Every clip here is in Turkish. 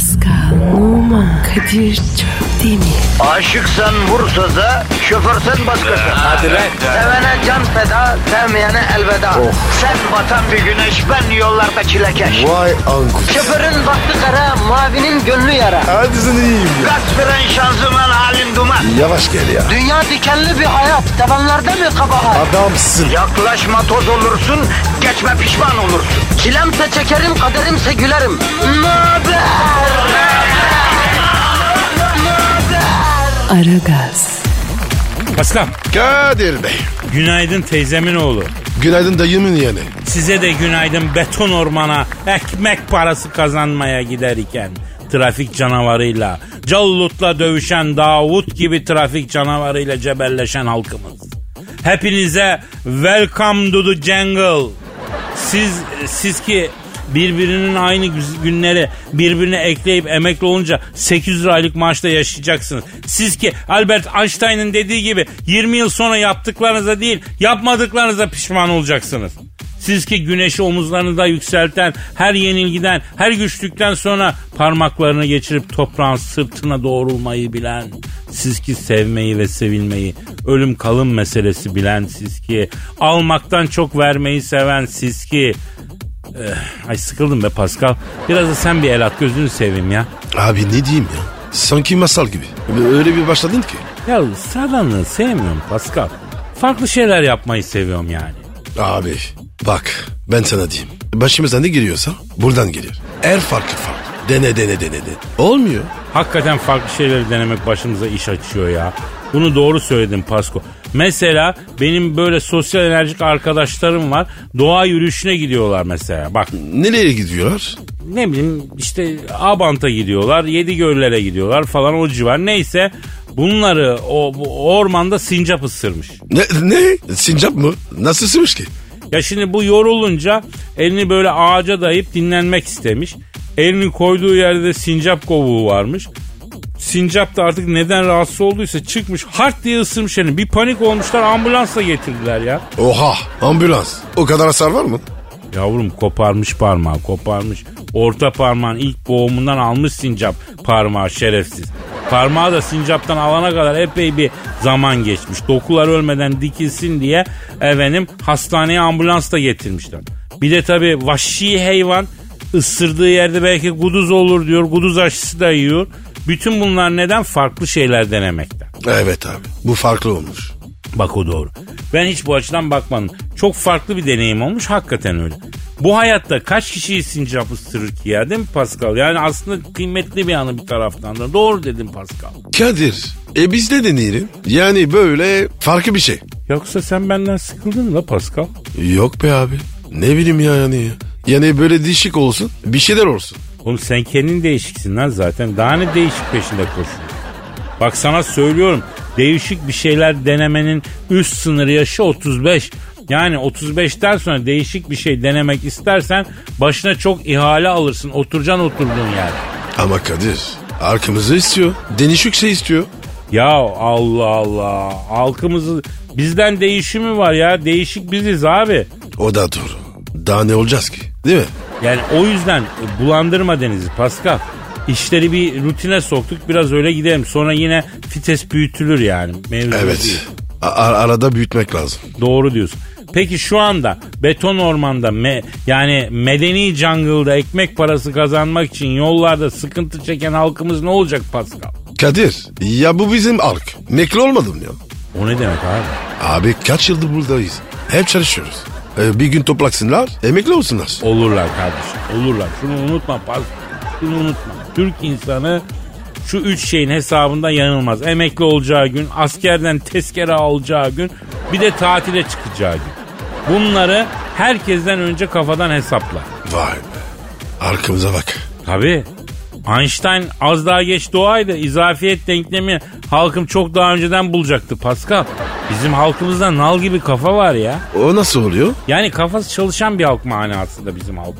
Pascal, Oman, Kadir çok değil mi? Aşıksan vursa da, şoförsen başkasın. Hadi lan. Sevene can feda, sevmeyene elveda. Sen batan bir güneş, ben yollarda çilekeş. Vay anku. Şoförün baktı kara, mavinin gönlü yara. Hadi sen iyiyim ya. Kasperen şanzıman halin duman. Yavaş gel ya. Dünya dikenli bir hayat, sevenlerde mi kabahar? Adamsın. Yaklaşma toz olursun, geçme pişman olursun. Çilemse çekerim, kaderimse gülerim. Möber! Aragaz, Pascal, Kadir Bey. günaydın teyzemin oğlu. Günaydın dayımın yani. Size de günaydın beton ormana ekmek parası kazanmaya giderken trafik canavarıyla, Callut'la dövüşen Davut gibi trafik canavarıyla cebelleşen halkımız. Hepinize welcome to the jungle. Siz ki birbirinin aynı günleri birbirine ekleyip emekli olunca 800 aylık maaşla yaşayacaksınız. Siz ki Albert Einstein'ın dediği gibi 20 yıl sonra yaptıklarınıza değil yapmadıklarınıza pişman olacaksınız. Siz ki güneşi omuzlarınızda yükselten, her yenilgiden, her güçlükten sonra parmaklarını geçirip toprağın sırtına doğrulmayı bilen, siz ki sevmeyi ve sevilmeyi, ölüm kalım meselesi bilen, siz ki almaktan çok vermeyi seven, siz ki... Ay sıkıldım be Pascal. Biraz da sen bir el at, gözünü seveyim ya. Abi ne diyeyim ya. Sanki masal gibi. Öyle bir başladın ki. Ya sıradanlığı sevmiyorum Pascal. Farklı şeyler yapmayı seviyorum yani. Abi bak ben sana diyeyim. Başımıza ne giriyorsa buradan geliyor. Her farklı. Dene. Olmuyor. Hakikaten farklı şeyleri denemek başımıza iş açıyor ya. Bunu doğru söyledin Pasko. Mesela benim böyle sosyal enerjik arkadaşlarım var. Doğa yürüyüşüne gidiyorlar mesela. Bak. Nereye gidiyorlar? Ne bileyim işte Abant'a gidiyorlar. Yedigöller'e gidiyorlar falan o civar. Neyse bunları o ormanda sincap ısırmış. Ne? Sincap mı? Nasıl ısırmış ki? Ya şimdi bu yorulunca elini böyle ağaca dayayıp dinlenmek istemiş. Elini koyduğu yerde de sincap kovuğu varmış. Sincap da artık neden rahatsız olduysa çıkmış hart diye ısırmış elini. Bir panik olmuşlar, ambulansla getirdiler ya. Oha, ambulans. O kadar hasar var mı? Yavrum koparmış parmağı, koparmış. Orta parmağın ilk boğumundan almış sincap parmağı, şerefsiz. Parmağı da sincaptan alana kadar epey bir zaman geçmiş. Dokular ölmeden dikilsin diye hastaneye ambulansla getirmişler. Bir de tabii vahşi hayvan ısırdığı yerde belki guduz olur diyor. Guduz aşısı da yiyor. Bütün bunlar neden? Farklı şeyler denemekten. Evet abi, bu farklı olmuş. Bak o doğru. Ben hiç bu açıdan bakmadım. Çok farklı bir deneyim olmuş, hakikaten öyle. Bu hayatta kaç kişiyi sincap ısırır ki ya, değil mi Pascal? Yani aslında kıymetli bir anı bir taraftan da. Doğru dedin Pascal. Kadir, biz de deneyelim. Yani böyle farklı bir şey. Yoksa sen benden sıkıldın mı la Pascal? Yok be abi. Ne bileyim ya yani. Yani böyle değişik olsun, bir şeyler olsun. Oğlum sen kendin değişiksin lan zaten. Daha ne değişik peşinde koşuyorsun? Bak sana söylüyorum. Değişik bir şeyler denemenin üst sınır yaşı 35. Yani 35'ten sonra değişik bir şey denemek istersen başına çok ihale alırsın. Oturacaksın oturduğun yerde. Ama Kadir, halkımızı istiyor. Değişik şey istiyor. Ya Allah Allah. Halkımızı bizden değişimi var ya. Değişik biziz abi. O da doğru. Daha ne olacağız ki? Değil mi? Yani o yüzden bulandırma denizi Pascal. İşleri bir rutine soktuk, biraz öyle gidelim. Sonra yine fites büyütülür yani. Mevzu Evet. değil. Arada büyütmek lazım. Doğru diyorsun. Peki şu anda beton ormanda yani medeni jungle'da ekmek parası kazanmak için yollarda sıkıntı çeken halkımız ne olacak Pascal? Kadir, ya bu bizim halk. Emekli olmadım ya. O ne demek abi? Abi kaç yıldır buradayız. Hep çalışıyoruz. Bir gün toplaksınlar, emekli olsunlar. Olurlar kardeşim, olurlar. Şunu unutma Pascal, şunu unutma. Türk insanı şu 3 şeyin hesabında yanılmaz. Emekli olacağı gün, askerden tezkere alacağı gün, bir de tatile çıkacağı gün. Bunları herkesten önce kafadan hesaplar. Vay be. Halkımıza bak. Tabii. Einstein az daha geç doğaydı. İzafiyet denklemi halkım çok daha önceden bulacaktı Pascal. Bizim halkımızda nal gibi kafa var ya. O nasıl oluyor? Yani kafası çalışan bir halk manasında bizim halk.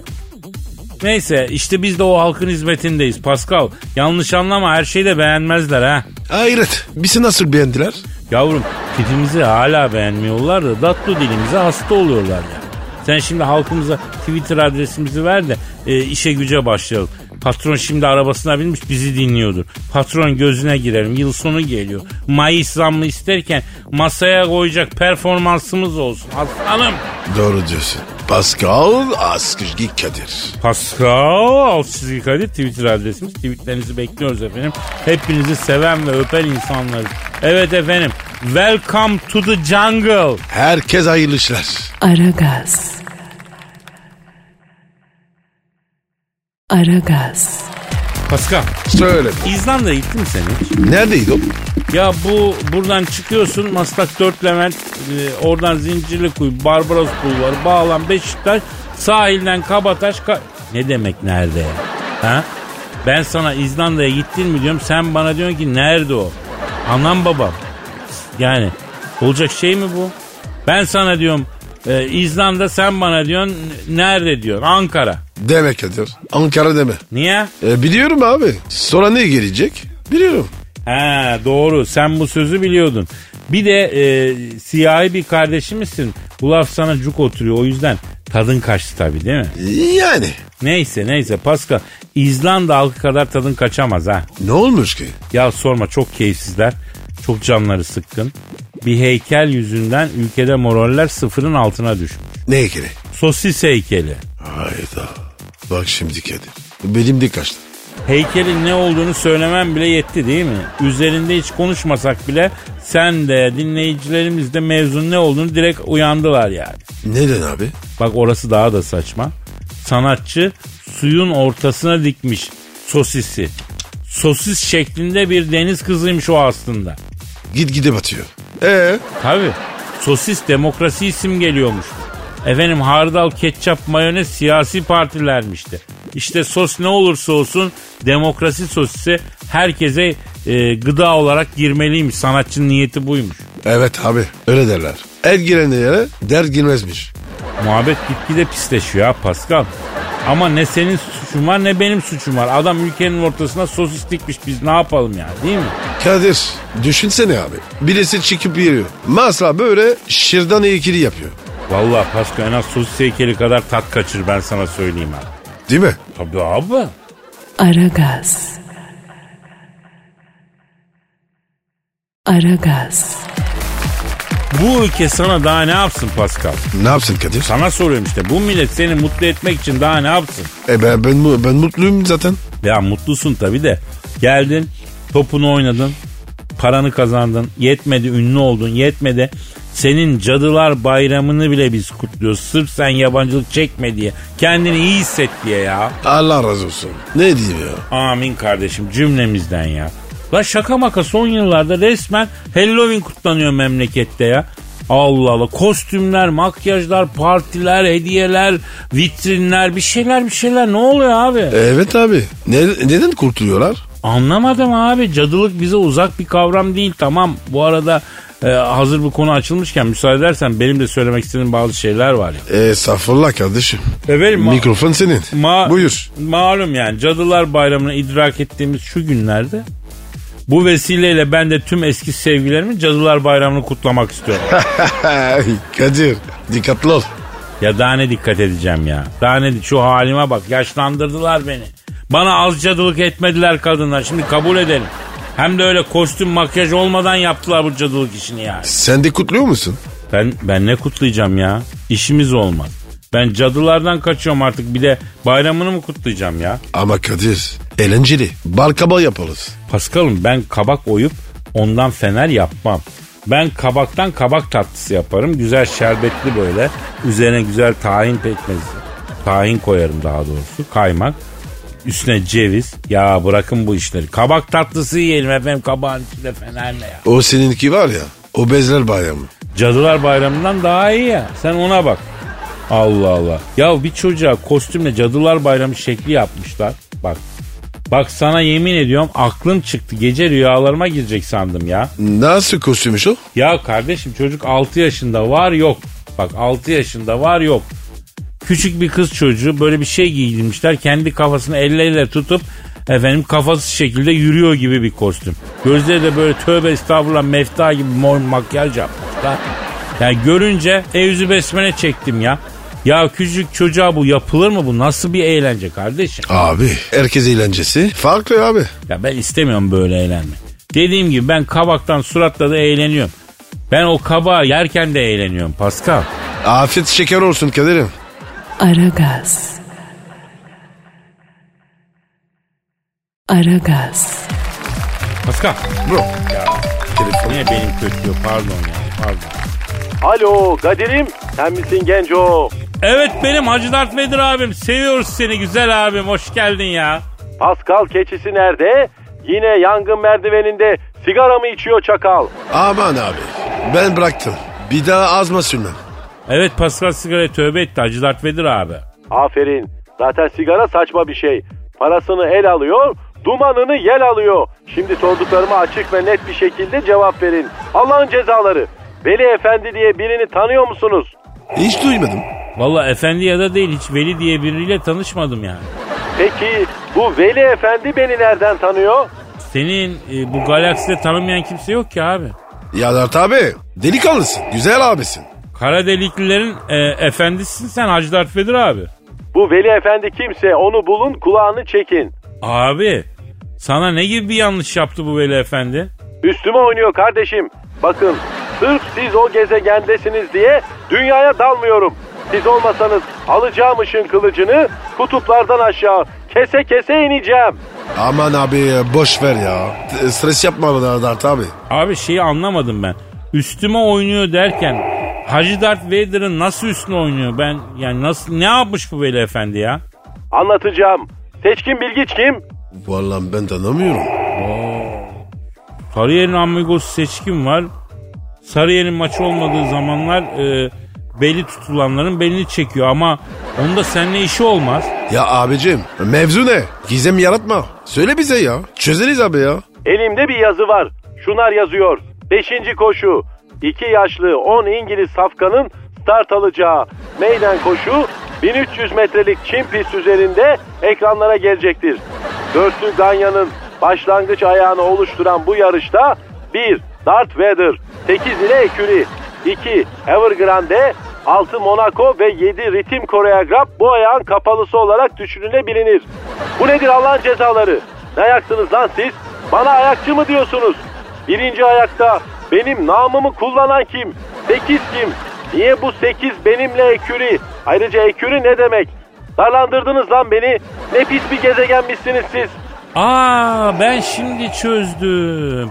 Neyse işte biz de o halkın hizmetindeyiz Pascal. Yanlış anlama, her şeyi de beğenmezler ha. Hayret. Bizi nasıl beğendiler? Yavrum tipimizi hala beğenmiyorlar da tatlı dilimize hasta oluyorlar ya. Sen şimdi halkımıza Twitter adresimizi ver de işe güce başlayalım. Patron şimdi arabasına binmiş bizi dinliyordur. Patron gözüne girerim. Yıl sonu geliyor. Mayıs zammı isterken masaya koyacak performansımız olsun. Aslanım. Doğru diyorsun. Pascal Askışgi Kadir. Pascal Askışgi Kadir Twitter adresimiz. Tweetlerinizi bekliyoruz efendim. Hepinizi seven ve öpen insanlarız. Evet efendim. Welcome to the jungle. Herkes hayırlı işler. Aragaz. Aragaz. Pascal. Söyle. İzlanda'ya gittin mi sen hiç? Neredeydi o? Ya buradan çıkıyorsun Maslak 4 Levent, oradan Zincirlikuyu, Barbaros Bulvarı, Bağlan, Beşiktaş, sahilden Kabataş. Ne demek nerede ya? Ha? Ben sana İzlanda'ya gittin mi diyorum, sen bana diyorsun ki nerede o? Anam babam. Yani olacak şey mi bu? Ben sana diyorum İzlanda, sen bana diyorsun nerede diyorsun? Ankara. Deme Kadir. Ankara deme. Niye? Biliyorum abi. Sonra ne gelecek? Biliyorum. Ha doğru, sen bu sözü biliyordun. Bir de siyahi bir kardeşimizsin. Bu laf sana cuk oturuyor, o yüzden tadın kaçtı tabii değil mi? Yani. Neyse Pascal, İzlanda halkı kadar tadın kaçamaz ha. Ne olmuş ki? Ya sorma, çok keyifsizler. Çok canları sıkkın. Bir heykel yüzünden ülkede moraller sıfırın altına düşmüş. Ne heykeli? Sosis heykeli. Hayda. Bak şimdi Kadir. Benim de kaçtı. Heykelin ne olduğunu söylemem bile yetti değil mi? Üzerinde hiç konuşmasak bile sen de dinleyicilerimiz de mevzunun ne olduğunu direkt uyandılar yani. Neden abi? Bak orası daha da saçma. Sanatçı suyun ortasına dikmiş sosisi. Sosis şeklinde bir deniz kızıymış o aslında. Gitgide batıyor. Tabii. Sosis demokrasi simgeliyormuş. Efendim hardal, ketçap, mayonez siyasi partilermişti. İşte sos ne olursa olsun demokrasi sosisi herkese gıda olarak girmeliymiş. Sanatçının niyeti buymuş. Evet abi öyle derler. El girene yere der girmezmiş. Muhabbet gitgide pisleşiyor ha Pascal. Ama ne senin suçun var ne benim suçum var. Adam ülkenin ortasına sosis dikmiş, biz ne yapalım yani, değil mi? Kadir düşünsene abi. Birisi çıkıp yeriyor. Masla böyle şırdan heykeli yapıyor. Vallahi Pascal en az sosis heykeli kadar tat kaçır, ben sana söyleyeyim abi. Değil mi? Tabii abi. Aragaz. Aragaz. Bu ülke sana daha ne yapsın Pascal? Ne yapsın Kadir? Sana soruyorum işte. Bu millet seni mutlu etmek için daha ne yapsın? Ben mutluyum zaten. Ya mutlusun tabii de. Geldin, topunu oynadın, paranı kazandın, yetmedi ünlü oldun, yetmedi. Senin Cadılar Bayramı'nı bile biz kutluyoruz. Sırf sen yabancılık çekme diye. Kendini iyi hisset diye ya. Allah razı olsun. Ne diyeyim ya? Amin kardeşim, cümlemizden ya. La şaka maka son yıllarda resmen Halloween kutlanıyor memlekette ya. Allah Allah, kostümler, makyajlar, partiler, hediyeler, vitrinler, bir şeyler ne oluyor abi? Evet abi. Neden kurtuluyorlar? Anlamadım abi, cadılık bize uzak bir kavram değil, tamam. Bu arada hazır bu konu açılmışken müsaade edersen benim de söylemek istediğim bazı şeyler var ya. Estağfurullah kardeşim. Efendim, mikrofon senin. Buyur. Malum yani Cadılar Bayramı'nı idrak ettiğimiz şu günlerde bu vesileyle ben de tüm eski sevgilerimin Cadılar Bayramı'nı kutlamak istiyorum. Kadir dikkatli ol. Ya daha ne dikkat edeceğim ya. Daha ne, şu halime bak, yaşlandırdılar beni. Bana az cadılık etmediler kadınlar, şimdi kabul edelim. Hem de öyle kostüm makyaj olmadan yaptılar bu cadılık işini yani. Sen de kutluyor musun? Ben ne kutlayacağım ya? İşimiz olmaz. Ben cadılardan kaçıyorum artık, bir de bayramını mı kutlayacağım ya? Ama Kadir eğlenceli. Bal kabağı yaparız. Paskal'ım, ben kabak oyup ondan fener yapmam. Ben kabaktan kabak tatlısı yaparım. Güzel şerbetli böyle. Üzerine güzel tahin pekmezi. Tahin koyarım daha doğrusu. Kaymak. Üstüne ceviz. Ya bırakın bu işleri. Kabak tatlısı yiyelim efendim. Kabağın içinde fener ne ya? O seninki var ya. O Bezler Bayramı. Cadılar Bayramı'ndan daha iyi ya. Sen ona bak. Allah Allah. Ya bir çocuğa kostümle Cadılar Bayramı şekli yapmışlar. Bak sana yemin ediyorum aklım çıktı. Gece rüyalarıma girecek sandım ya. Nasıl kostümmüş o? Ya kardeşim, çocuk 6 yaşında var yok. Bak 6 yaşında var yok. Küçük bir kız çocuğu böyle bir şey giydirmişler. Kendi kafasını elleriyle tutup efendim kafası şekilde yürüyor gibi bir kostüm. Gözleri de böyle tövbe estağfurullah mefta gibi mor makyaj yapmışlar. Yani görünce evzü besmele çektim ya. Ya küçük çocuğa bu yapılır mı? Bu nasıl bir eğlence kardeşim? Abi herkes eğlencesi farklı abi. Ya ben istemiyorum böyle eğlenme. Dediğim gibi ben kabaktan suratla da eğleniyorum. Ben o kabağı yerken de eğleniyorum Pascal. Afiyet şeker olsun Kadir'im. Aragaz. Aragaz. Pascal. Bro. Ya Telefon. niye benim kötü pardon ya pardon. Alo Kadir'im, sen misin genco? Evet benim Hacı Dert Vedir abim. Seviyoruz seni güzel abim. Hoş geldin ya. Pascal keçisi nerede? Yine yangın merdiveninde sigara mı içiyor çakal? Aman abi ben bıraktım. Bir daha azma sürmem. Evet Pascal sigaraya tövbe etti Hacı Dert Vedir abi. Aferin. Zaten sigara saçma bir şey. Parasını el alıyor, dumanını yel alıyor. Şimdi sorduklarıma açık ve net bir şekilde cevap verin. Allah'ın cezaları. Veli Efendi diye birini tanıyor musunuz? Hiç duymadım. Valla efendi ya da değil hiç Veli diye biriyle tanışmadım yani. Peki bu Veli Efendi beni nereden tanıyor? Senin bu galakside tanımayan kimse yok ki abi. Ya Dert abi delikanlısın. Güzel abisin. Kara deliklilerin efendisisin sen Hacı Dert Vedir abi. Bu Veli Efendi kimse onu bulun, kulağını çekin. Abi sana ne gibi bir yanlış yaptı bu Veli Efendi? Üstüme oynuyor kardeşim. Bakın sırf siz o gezegendesiniz diye dünyaya dalmıyorum. Siz olmasanız alacağım ışın kılıcını kutuplardan aşağı kese kese ineceğim. Aman abi boş ver ya. Stres yapma bana Dert abi. Abi şeyi anlamadım ben. Üstüme oynuyor derken Hacı Dert Vedir'in nasıl üstüne oynuyor? Ben yani nasıl ne yapmış bu Veli Efendi ya? Anlatacağım. Seçkin Bilgiç kim? Vallahi ben tanımıyorum. Sarıyer'in amigosu Seçkin var. Sarıyer'in maçı olmadığı zamanlar beli tutulanların belini çekiyor ama onda seninle işi olmaz. Ya abicim mevzu ne? Gizem yaratma. Söyle bize ya. Çözeriz abi ya. Elimde bir yazı var. Şunlar yazıyor. 5. koşu. 2 yaşlı 10 İngiliz safkanın start alacağı meydan koşu 1300 metrelik çim pist üzerinde ekranlara gelecektir. Dörtlü Ganyan'ın başlangıç ayağını oluşturan bu yarışta 1. Darth Vader 8 ile Eküri, 2. Evergrande, 6 Monaco ve 7 ritim koreograf bu ayağın kapalısı olarak düşünülebilir. Bu nedir Allah'ın cezaları? Ne ayaksınız lan siz? Bana ayakçı mı diyorsunuz? 1. ayakta benim namımı kullanan kim? 8 kim? Niye bu 8 benimle Eküri? Ayrıca Eküri ne demek? Darlandırdınız lan beni. Ne pis bir gezegenmişsiniz siz. Aa ben şimdi çözdüm.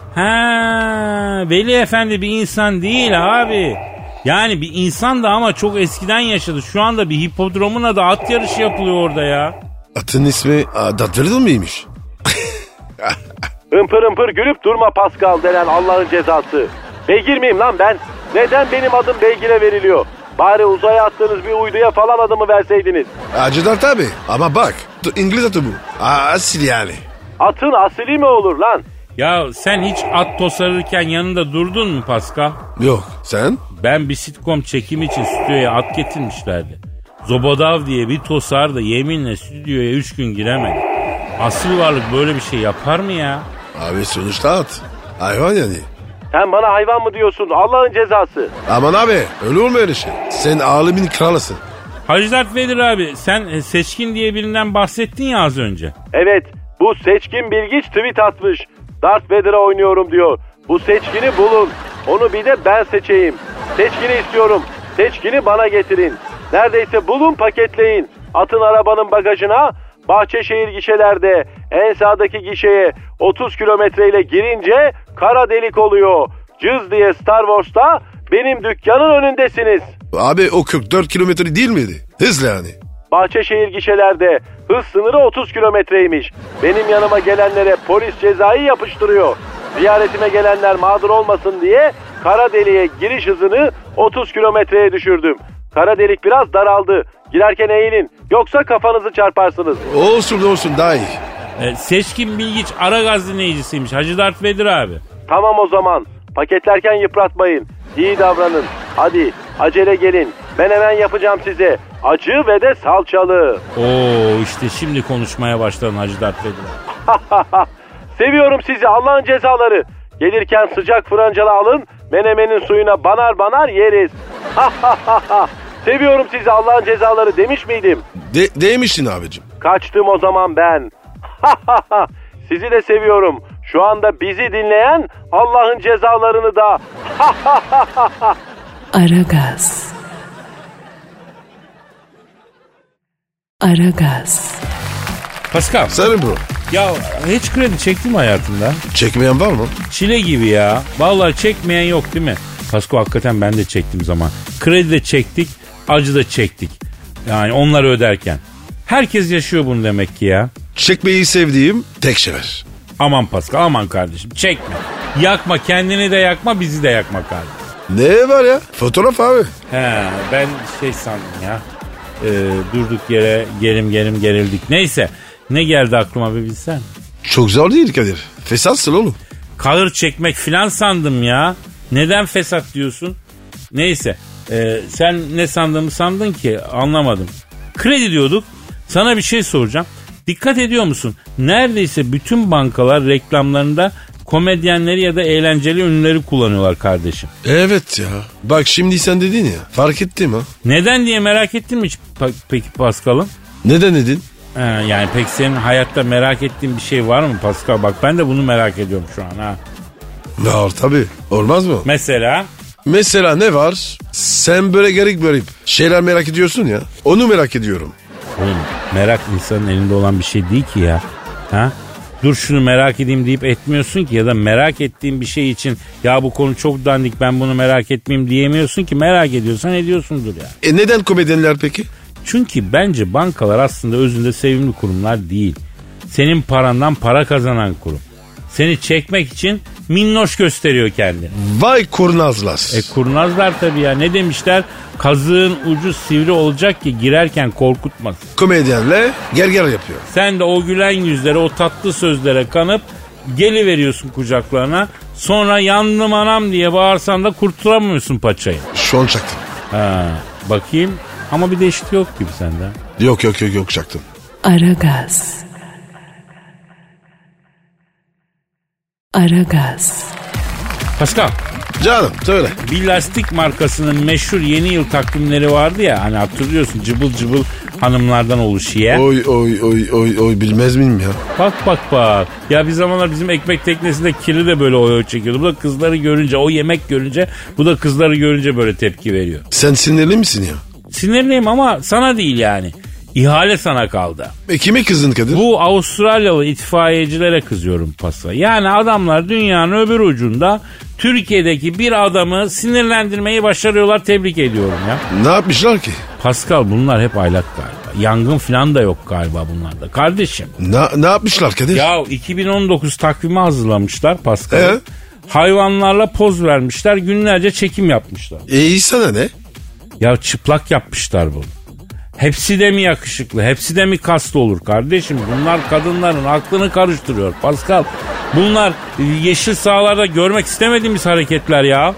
Ha Veli Efendi bir insan değil abi. Yani bir insan da ama çok eskiden yaşadı. Şu anda bir hipodromun adı at yarışı yapılıyor orada ya. Atın ismi Dert Vedir miymiş? Hımpır hımpır gülüp durma Pascal denen Allah'ın cezası. Beygir miyim lan ben? Neden benim adım beygire veriliyor? Bari uzaya attığınız bir uyduya falan adımı verseydiniz. Hacı Dert abi ama bak İngiliz atı bu. Asil yani. Atın asili mi olur lan? Ya sen hiç at tosarırken yanında durdun mu Pascal? Yok sen? Ben bir sitcom çekimi için stüdyoya at getirmişlerdi. Zobadav diye bir tosar da yeminle stüdyoya 3 gün giremedi. Asıl varlık böyle bir şey yapar mı ya? Abi sonuçta at. Hayvan yani. Sen bana hayvan mı diyorsun? Allah'ın cezası. Aman abi öyle olma öyle şey. Sen alemin kralısın. Hacı Dert Vedir abi sen Seçkin diye birinden bahsettin ya az önce. Evet, bu Seçkin Bilgiç tweet atmış. Darth Vader'a oynuyorum diyor. Bu Seçkin'i bulun. Onu bir de ben seçeyim. Seçkin'i istiyorum. Seçkin'i bana getirin. Neredeyse bulun, paketleyin. Atın arabanın bagajına, Bahçeşehir gişelerde en sağdaki gişeye 30 kilometreyle girince kara delik oluyor. Cız diye Star Wars'ta benim dükkanın önündesiniz. Abi o 44 kilometre değil miydi? Hızlı yani. Bahçeşehir gişelerde hız sınırı 30 kilometreymiş. Benim yanıma gelenlere polis cezayı yapıştırıyor. Ziyaretime gelenler mağdur olmasın diye kara deliğe giriş hızını 30 kilometreye düşürdüm. Kara delik biraz daraldı. Girerken eğilin yoksa kafanızı çarparsınız. Olsun daha iyi. Seçkin Bilgiç Aragaz dinleyicisiymiş Hacı Dert Vedir abi. Tamam o zaman. Paketlerken yıpratmayın. İyi davranın. Hadi acele gelin. Ben hemen yapacağım size. Acı ve de salçalı. Oo işte şimdi konuşmaya başladın Hacı Dert Vedir abi. Seviyorum sizi Allah'ın cezaları. Gelirken sıcak francalı alın. Menemenin suyuna banar banar yeriz. Seviyorum sizi Allah'ın cezaları demiş miydim? Demiştin abicim. Kaçtım o zaman ben. Sizi de seviyorum. Şu anda bizi dinleyen Allah'ın cezalarını da. Aragaz. Aragaz. Pascal. Senin bro. Ya hiç kredi çektin mi hayatında? Çekmeyen var mı? Çile gibi ya. Vallahi çekmeyen yok değil mi? Pasko hakikaten ben de çektim zaman. Kredi de çektik, acı da çektik. Yani onları öderken. Herkes yaşıyor bunu demek ki ya. Çekmeyi sevdiğim tek şey var. Aman Pascal, aman kardeşim çekme. Yakma, kendini de yakma, bizi de yakma kardeşim. Ne var ya? Fotoğraf abi. He, ben sandım ya. Durduk yere gerildik. Neyse, ne geldi aklıma bir bilsen. Çok zor değil Kadir. Fesatsın oğlum. Kahır çekmek filan sandım ya. Neden fesat diyorsun? Neyse, sen ne sandın ki anlamadım. Kredi diyorduk. Sana bir şey soracağım. Dikkat ediyor musun? Neredeyse bütün bankalar reklamlarında komedyenleri ya da eğlenceli ünlüleri kullanıyorlar kardeşim. Evet ya. Bak şimdi sen dedin ya. Fark ettim ha. Neden diye merak ettin mi hiç peki Pascal'ım? Neden dedin? Yani peki senin hayatta merak ettiğin bir şey var mı Pascal? Bak ben de bunu merak ediyorum şu an ha. Var tabii. Olmaz mı? Mesela ne var? Sen böyle garip şeyler merak ediyorsun ya. Onu merak ediyorum. Oğlum merak insanın elinde olan bir şey değil ki ya. Ha? Dur şunu merak edeyim deyip etmiyorsun ki, ya da merak ettiğin bir şey için ya bu konu çok dandik ben bunu merak etmeyeyim diyemiyorsun ki, merak ediyorsan ediyorsundur ya. Neden komedyenler peki? Çünkü bence bankalar aslında özünde sevimli kurumlar değil. Senin parandan para kazanan kurum. Seni çekmek için minnoş gösteriyor kendini. Vay kurnazlar. Kurnazlar tabii ya. Ne demişler? Kazığın ucu sivri olacak ki girerken korkutmaz. Komedyenle gerger yapıyor. Sen de o gülen yüzlere, o tatlı sözlere kanıp geliveriyorsun kucaklarına. Sonra yandım anam diye bağırsan da kurtulamıyorsun paçayı. Şu an çaktım. Bakayım ama bir değişiklik yok gibi sende. Yok çaktım. Aragaz. Aragaz. Pascal. Canım söyle. Bir lastik markasının meşhur yeni yıl takvimleri vardı ya. Hani hatırlıyorsun, cıbıl cıbıl hanımlardan oluşuyor. Oy bilmez miyim ya? Bak. Ya bir zamanlar bizim ekmek teknesinde Kiri de böyle oy çekiyordu. Bu da kızları görünce, o yemek görünce, bu da kızları görünce böyle tepki veriyor. Sen sinirli misin ya? Sinirliyim ama sana değil yani. İhale sana kaldı. Kime kızdın Kadir? Bu Avustralyalı itfaiyecilere kızıyorum Pascal. Yani adamlar dünyanın öbür ucunda Türkiye'deki bir adamı sinirlendirmeyi başarıyorlar, tebrik ediyorum ya. Ne yapmışlar ki? Pascal bunlar hep aylak galiba. Yangın falan da yok galiba bunlarda. Kardeşim. Ne yapmışlar Kadir? Ya 2019 takvimi hazırlamışlar Pascal. Hayvanlarla poz vermişler, günlerce çekim yapmışlar. İyi sana ne? Ya çıplak yapmışlar bunu. Hepsi de mi yakışıklı? Hepsi de mi kaslı olur kardeşim? Bunlar kadınların aklını karıştırıyor Pascal. Bunlar yeşil sahalarda görmek istemediğimiz hareketler ya.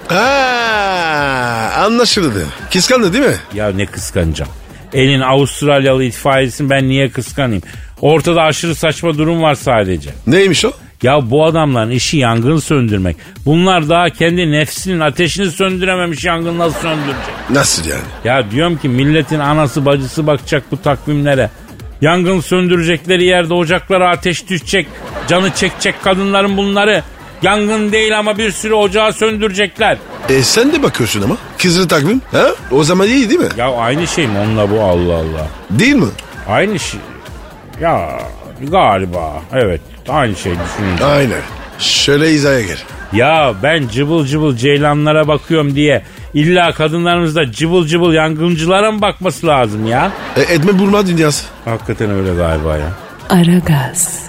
Anlaşıldı. Kıskandı değil mi? Ya ne kıskanacağım? Elin Avustralyalı itfaiyesini ben niye kıskanayım? Ortada aşırı saçma durum var sadece. Neymiş o? Ya bu adamların işi yangın söndürmek. Bunlar daha kendi nefsinin ateşini söndürememiş, yangın nasıl söndürecek? Nasıl yani? Ya diyorum ki milletin anası bacısı bakacak bu takvimlere. Yangın söndürecekleri yerde ocaklara ateş düşecek. Canı çekecek kadınların bunları. Yangın değil ama bir sürü ocağı söndürecekler. Sen de bakıyorsun ama. Kızıl takvim. Ha? O zaman iyi değil mi? Ya aynı şey mi onunla bu, Allah Allah. Değil mi? Aynı şey. Ya galiba evet. Aynı şey düşününce. Aynen. Şöyle hizaya gir. Ya ben cıbıl cıbıl ceylanlara bakıyorum diye illa kadınlarımızda cıbıl cıbıl yangıncılara mı bakması lazım ya? Etme bulma dünyası. Hakikaten öyle galiba ya. Aragaz.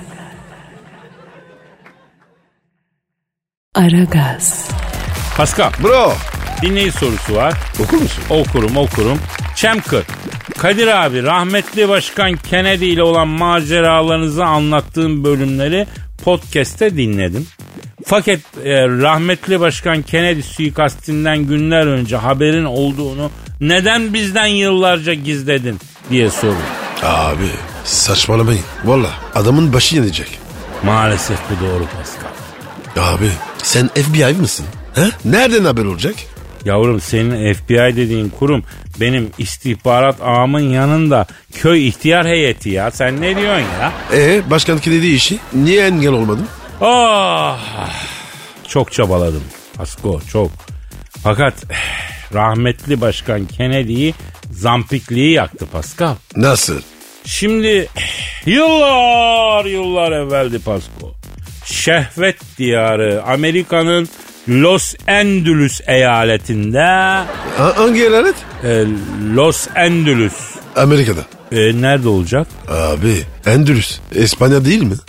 Aragaz. Pascal. Bro. Dinleyici sorusu var. Okur musun? Okurum. Çemkır. Kadir abi, rahmetli Başkan Kennedy ile olan maceralarınızı anlattığım bölümleri podcast'te dinledim. Fakat rahmetli Başkan Kennedy suikastinden günler önce haberin olduğunu neden bizden yıllarca gizledin diye soruyor. Abi saçmalamayın. Valla adamın başı yanacak. Maalesef bu doğru Pascal. Abi sen FBI mısın? He? Nereden haber olacak? Yavrum senin FBI dediğin kurum benim istihbarat ağamın yanında köy ihtiyar heyeti ya. Sen ne diyorsun ya? Başkan Kennedy işi niye engel olmadın? Çok çabaladım Pasko, çok. Fakat rahmetli başkan Kennedy'yi zampikliği yaktı Pascal. Nasıl? Şimdi yıllar evveldi Pasko. Şehvet diyarı Amerika'nın Los Angeles eyaletinde. Hangi eyalet? Los Angeles. Amerika'da. Nerede olacak? Abi Endülüs. İspanya değil mi?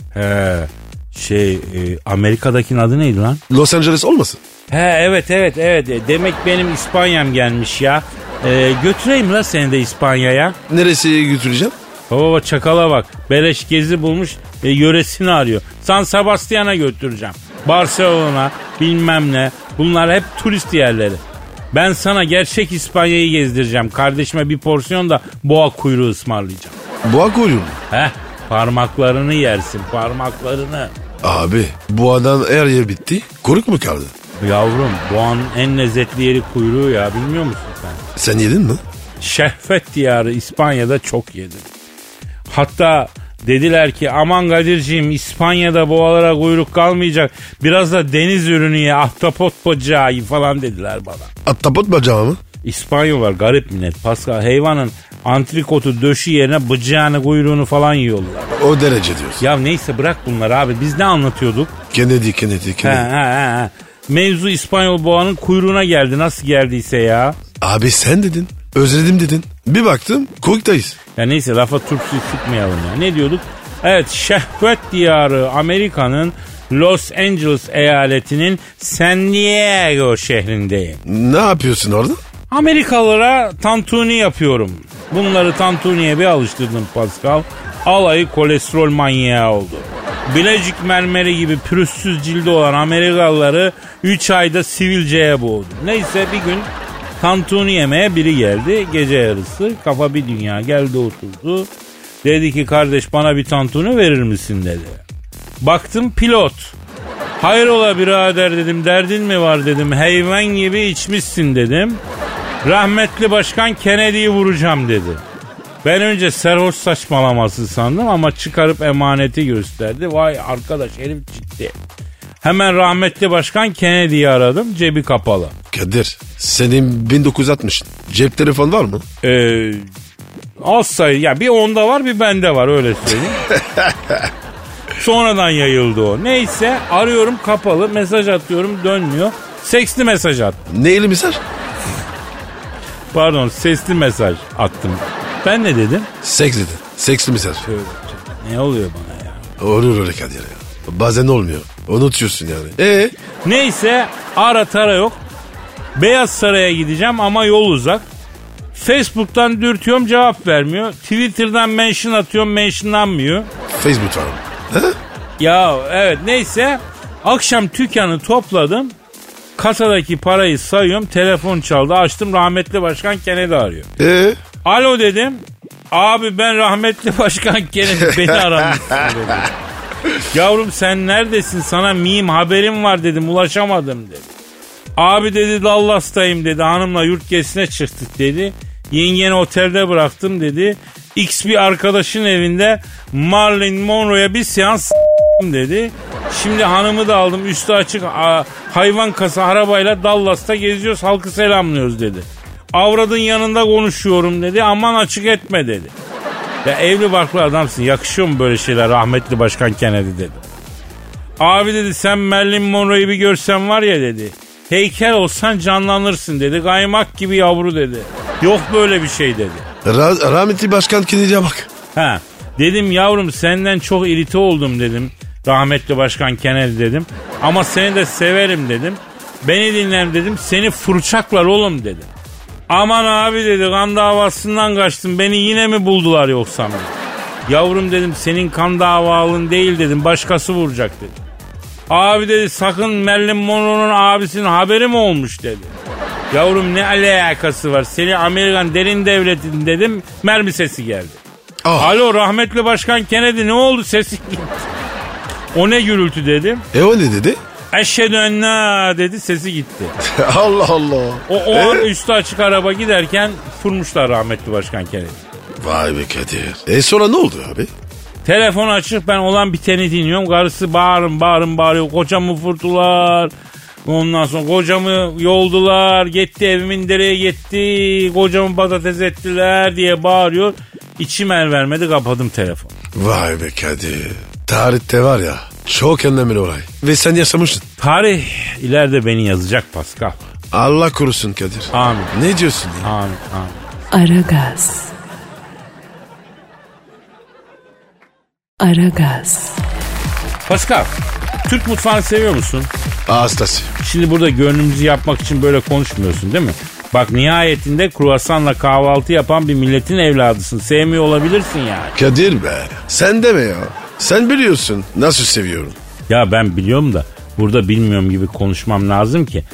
Amerika'dakinin adı neydi lan? Los Angeles olmasın? Evet. Demek benim İspanyam gelmiş ya. Götüreyim la seni de İspanya'ya. Neresi götüreceğim? Baba çakala bak. Beleş gezi bulmuş, yöresini arıyor. San Sebastian'a götüreceğim. Barcelona bilmem ne. Bunlar hep turist yerleri. Ben sana gerçek İspanya'yı gezdireceğim. Kardeşime bir porsiyon da boğa kuyruğu ısmarlayacağım. Boğa kuyruğu mu? Parmaklarını yersin, parmaklarını. Abi boğadan her yer bitti. Kuyruk mu kaldı? Yavrum boğanın en lezzetli yeri kuyruğu ya, bilmiyor musun sen? Sen yedin mi? Şehvet diyarı İspanya'da çok yedim. Hatta dediler ki aman Kadir'ciğim İspanya'da boğalara kuyruk kalmayacak. Biraz da deniz ürünü ye, ahtapot bacağı falan dediler bana. Ahtapot bacağı mı? İspanyollar garip millet Pascal. Hayvanın antrikotu döşü yerine bıcağını kuyruğunu falan yiyorlar. O derece diyorsun. Ya neyse bırak bunları abi, biz ne anlatıyorduk? Kennedy. Mevzu İspanyol boğanın kuyruğuna geldi, nasıl geldiyse ya. Abi sen dedin, özledim dedin. Bir baktım kuyruk'tayız. Ya neyse lafa turşu sıkmayalım ya. Ne diyorduk? Evet, şehvet diyarı Amerika'nın Los Angeles eyaletinin San Diego şehrindeyim. Ne yapıyorsun orada? Amerikalılara tantuni yapıyorum. Bunları tantuniye bir alıştırdım Pascal. Alayı kolesterol manyağı oldu. Bilecik mermeri gibi pürüzsüz cildi olan Amerikalıları 3 ayda sivilceye boğdu. Neyse bir gün tantuni yemeye biri geldi. Gece yarısı kafa bir dünya geldi oturdu. Dedi ki kardeş bana bir tantuni verir misin dedi. Baktım pilot. Hayrola birader dedim, derdin mi var dedim. Hayvan gibi içmişsin dedim. Rahmetli başkan Kennedy'yi vuracağım dedi. Ben önce serhoş saçmalaması sandım ama çıkarıp emaneti gösterdi. Vay arkadaş herif ciddi. Hemen rahmetli başkan Kennedy'yi aradım, cebi kapalı. Kadir senin 1960 cep telefon var mı? Az sayı ya, bir onda var bir bende var öyle söyleyeyim. Sonradan yayıldı o. Neyse arıyorum kapalı, mesaj atıyorum dönmüyor. Seksli mesaj at. Neyli mesaj? Pardon sesli mesaj attım. Ben ne dedim? Seks dedin. Seksli mesaj. Ne oluyor bana ya? Olur öyle Kadir ya. Bazen olmuyor. Unutuyorsun yani. Neyse ara tara yok. Beyaz Saray'a gideceğim ama yol uzak. Facebook'tan dürtüyorum cevap vermiyor. Twitter'dan mention atıyorum mentionlanmıyor. Facebook var mı? He? Ya evet neyse. Akşam dükkanı topladım. Kasadaki parayı sayıyorum. Telefon çaldı. Açtım, rahmetli başkan Kennedy arıyor. Alo dedim. Abi ben rahmetli başkan Kennedy, beni aramışsın dedi. Yavrum sen neredesin, sana miyim haberim var dedim, ulaşamadım dedi. Abi dedi Dallas'tayım dedi, hanımla yurt gezisine çıktık dedi. Yengeni otelde bıraktım dedi. X bir arkadaşın evinde Marilyn Monroe'ya bir seans dedi. Şimdi hanımı da aldım, üstü açık hayvan kasa arabayla Dallas'ta geziyoruz, halkı selamlıyoruz dedi. Avradın yanında konuşuyorum dedi, aman açık etme dedi. Ya evli barklı adamsın, yakışıyor mu böyle şeyler rahmetli başkan Kennedy dedi. Abi dedi sen Marilyn Monroe'yu bir görsen var ya dedi. Heykel olsan canlanırsın dedi, kaymak gibi yavru dedi. Yok böyle bir şey dedi. Rahmetli başkan Kennedy'ye bak. Dedim yavrum senden çok irite oldum dedim. Rahmetli başkan Kennedy dedim. Ama seni de severim dedim. Beni dinle dedim, seni fırçaklar oğlum dedim. Aman abi dedi kan davasından kaçtım, beni yine mi buldular yoksa mı? Yavrum dedim senin kan davalın değil dedim, başkası vuracak dedim. Abi dedi sakın Marilyn Monroe'nun abisinin haberi mi olmuş dedi. Yavrum ne alakası var, seni Amerikan derin devletin dedim, mermi sesi geldi. Alo rahmetli başkan Kennedy ne oldu, sesi gitti. O ne gürültü dedim. O ne dedi? Eşhedü ennâ dedi, sesi gitti. Allah Allah. O an üstü açık araba giderken vurmuşlar rahmetli Başkan Kerim. Vay be Kadir. Sonra ne oldu abi? Telefon açık, ben olan biteni dinliyorum. Karısı bağırıyor. Kocamı vurdular. Ondan sonra kocamı yoldular. Gitti, evimin direğe gitti. Kocamı patates ettiler diye bağırıyor. İçim el vermedi, kapadım telefonu. Vay be Kadir. Tarihte var ya çok önemli olay. Ve sen yaşamışsın. Tarih ileride beni yazacak Pascal. Allah korusun Kadir. Amin. Ne diyorsun ya? Amin. Aragaz. Aragaz. Pascal, Türk mutfağını seviyor musun? Hastası. Şimdi burada gönlümüzü yapmak için böyle konuşmuyorsun değil mi? Bak, nihayetinde kruvasanla kahvaltı yapan bir milletin evladısın. Sevmiyor olabilirsin yani. Kadir be. Sen deme ya. Sen biliyorsun nasıl seviyorum. Ya ben biliyorum da burada bilmiyorum gibi konuşmam lazım ki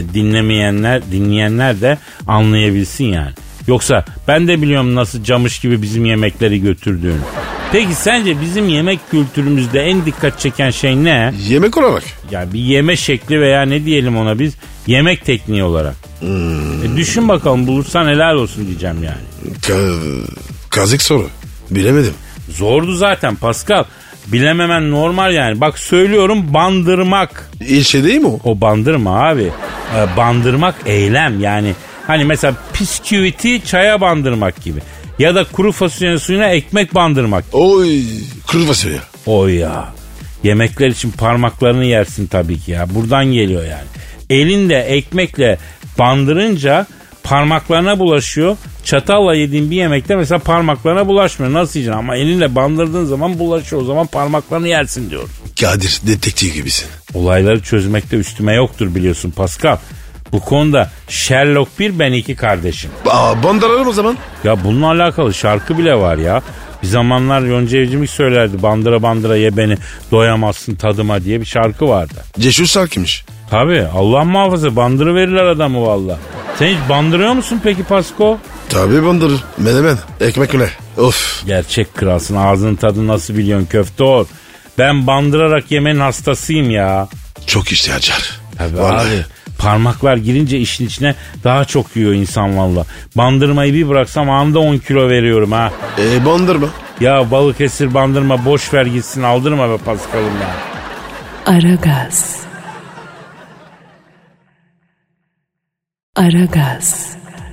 dinleyenler de anlayabilsin yani. Yoksa ben de biliyorum nasıl camış gibi bizim yemekleri götürdüğünü. Peki sence bizim yemek kültürümüzde en dikkat çeken şey ne? Yemek olarak. Ya bir yeme şekli veya ne diyelim ona biz? Yemek tekniği olarak. Düşün bakalım, bulursan helal olsun diyeceğim yani. Kazık soru. Bilemedim. Zordu zaten Pascal. Bilememen normal yani. Bak söylüyorum, bandırmak. İlçe değil mi o? O bandırma abi. Bandırmak eylem yani. Hani mesela bisküviti çaya bandırmak gibi. Ya da kuru fasulye suyuna ekmek bandırmak. Oy, kuru fasulye. Oy ya. Yemekler için parmaklarını yersin tabii ki ya. Buradan geliyor yani. Elinde ekmekle bandırınca parmaklarına bulaşıyor. Çatalla yediğin bir yemekte mesela parmaklarına bulaşmıyor. Nasıl yiyeceksin? Ama elinle bandırdığın zaman bulaşıyor. O zaman parmaklarını yersin diyor. Kadir, detektif gibisin. Olayları çözmekte üstüme yoktur biliyorsun Pascal. Bu konuda Sherlock 1, ben 2 kardeşim. Bandıralım o zaman. Ya bununla alakalı şarkı bile var ya. Bir zamanlar Yonca Evcimik söylerdi. Bandıra bandıra ye beni, doyamazsın tadıma diye bir şarkı vardı. Cesur şarkıymış. Tabii, Allah muhafaza, bandırı verirler adamı valla. Sen hiç bandırıyor musun peki Pasko? Tabii bandırır. Menemen, ekmek öyle. Of. Gerçek kralsın, ağzının tadı nasıl biliyorsun köfteor. Ben bandırarak yemenin hastasıyım ya. Çok işte Hacer. Tabii vallahi. abi. Parmaklar girince işin içine daha çok yiyor insan valla. Bandırmayı bir bıraksam anda 10 kilo veriyorum ha. Bandırma. Ya Balıkesir bandırma, boş ver gitsin, aldırma be Paskal'ım ya. Aragaz. Aragaz.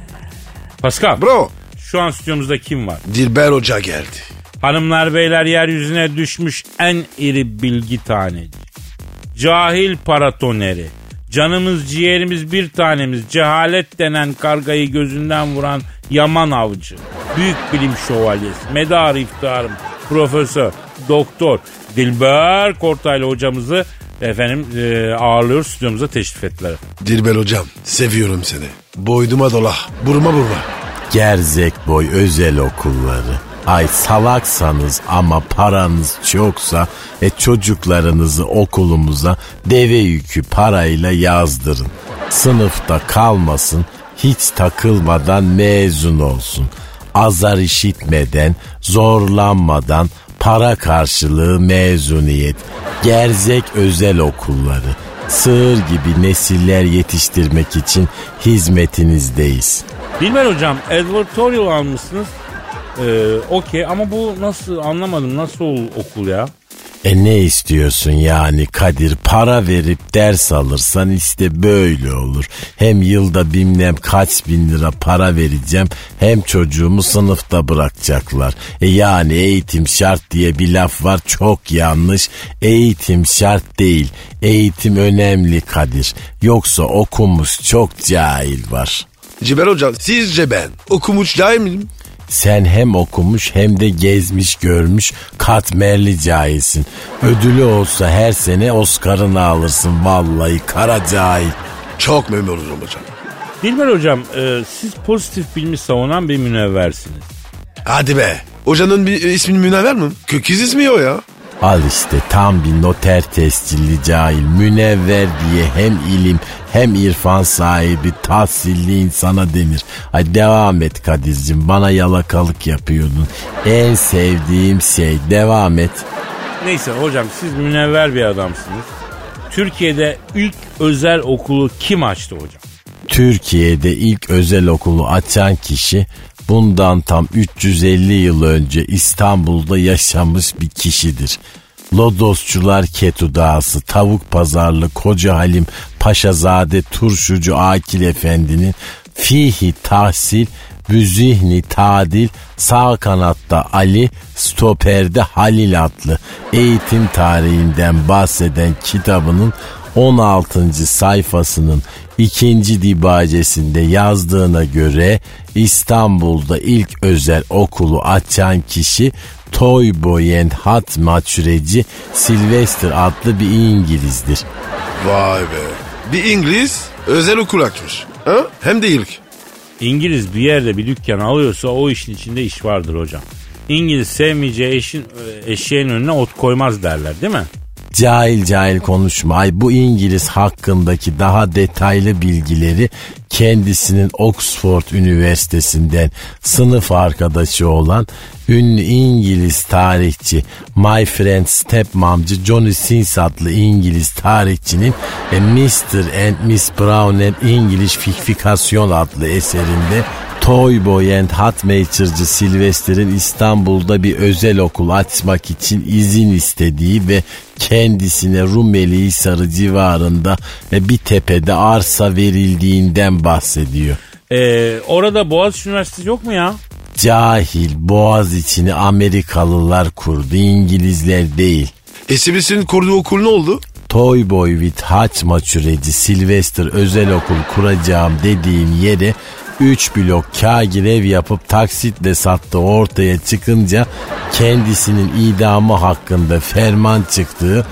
Pascal. Bro. Şu an stüdyomuzda kim var? Dilber Hoca geldi. Hanımlar beyler, yeryüzüne düşmüş en iri bilgi taneci. Cahil paratoneri. Canımız ciğerimiz bir tanemiz, cehalet denen kargayı gözünden vuran yaman avcı. Büyük bilim şövalyesi, medarı iftiharım, profesör, doktor Dilber Kortaylı hocamızı ağırlıyoruz, stüdyomuza teşrif ettiler. Dilber Hocam, seviyorum seni. Boynuma dola, burma. Gerzek boy özel okulları. Ay salaksanız ama paranız çoksa çocuklarınızı okulumuza deve yükü parayla yazdırın. Sınıfta kalmasın, hiç takılmadan mezun olsun. Azar işitmeden, zorlanmadan para karşılığı mezuniyet. Gerzek özel okulları. Sığır gibi nesiller yetiştirmek için hizmetinizdeyiz. Dilber hocam, advertorial almışsınız. Okey, ama bu nasıl, anlamadım, nasıl okul ya? Ne istiyorsun yani Kadir? Para verip ders alırsan işte böyle olur. Hem yılda bilmem kaç bin lira para vereceğim, hem çocuğumu sınıfta bırakacaklar. Yani eğitim şart diye bir laf var, çok yanlış. Eğitim şart değil, eğitim önemli Kadir. Yoksa okumuş çok cahil var. Dilber Hocam, sizce ben okumuş cahil miyim? Sen hem okumuş hem de gezmiş görmüş katmerli cahilsin. Ödülü olsa her sene Oscar'ını alırsın vallahi, kara cahil. Çok memnun olurum hocam. Dilber hocam, siz pozitif bilimi savunan bir münevversiniz. Hadi be. Hocanın bir ismini Münevver mi? Köküz ismi o ya. Al işte tam bir noter tescilli cahil. Münevver diye hem ilim hem irfan sahibi tahsilli insana denir. Ay devam et Kadir'cim, bana yalakalık yapıyordun. En sevdiğim şey, devam et. Neyse hocam, siz münevver bir adamsınız. Türkiye'de ilk özel okulu kim açtı hocam? Türkiye'de ilk özel okulu açan kişi bundan tam 350 yıl önce İstanbul'da yaşamış bir kişidir. Lodosçular Ketudası, Tavuk Pazarlı Koca Halim Paşazade Turşucu Akil Efendi'nin fihi tahsil, büzihni tadil, sağ kanatta Ali, stoperde Halil adlı eğitim tarihinden bahseden kitabının 16. sayfasının 2. dibacesinde yazdığına göre İstanbul'da ilk özel okulu açan kişi Toyboy Hat Maçüreci Sylvester adlı bir İngilizdir. Vay be. Bir İngiliz özel okul açmış. Ha? Hem de ilk. İngiliz bir yerde bir dükkan alıyorsa o işin içinde iş vardır hocam. İngiliz sevmeyeceği eşeğin önüne ot koymaz derler değil mi? Cahil cahil konuşma. Ay bu İngiliz hakkındaki daha detaylı bilgileri kendisinin Oxford Üniversitesi'nden sınıf arkadaşı olan ünlü İngiliz tarihçi My Friend Stepmomcı Johnny Sins adlı İngiliz tarihçinin Mr. and Miss Brown and English Fikfikasyon adlı eserinde Toyboy and Hatmaker'cı Sylvester'in İstanbul'da bir özel okul açmak için izin istediği ve kendisine Rumelihisarı civarında bir tepede arsa verildiğinden bahsediyor. Orada Boğaziçi Üniversitesi yok mu ya? Cahil, Boğaziçi'ni Amerikalılar kurdu, İngilizler değil. Sylvester'in kurduğu okul ne oldu? Toyboy with Hatmaker'cı Sylvester özel okul kuracağım dediğim yere 3 blok kâgir ev yapıp taksitle sattığı ortaya çıkınca idamı hakkında ferman çıktığı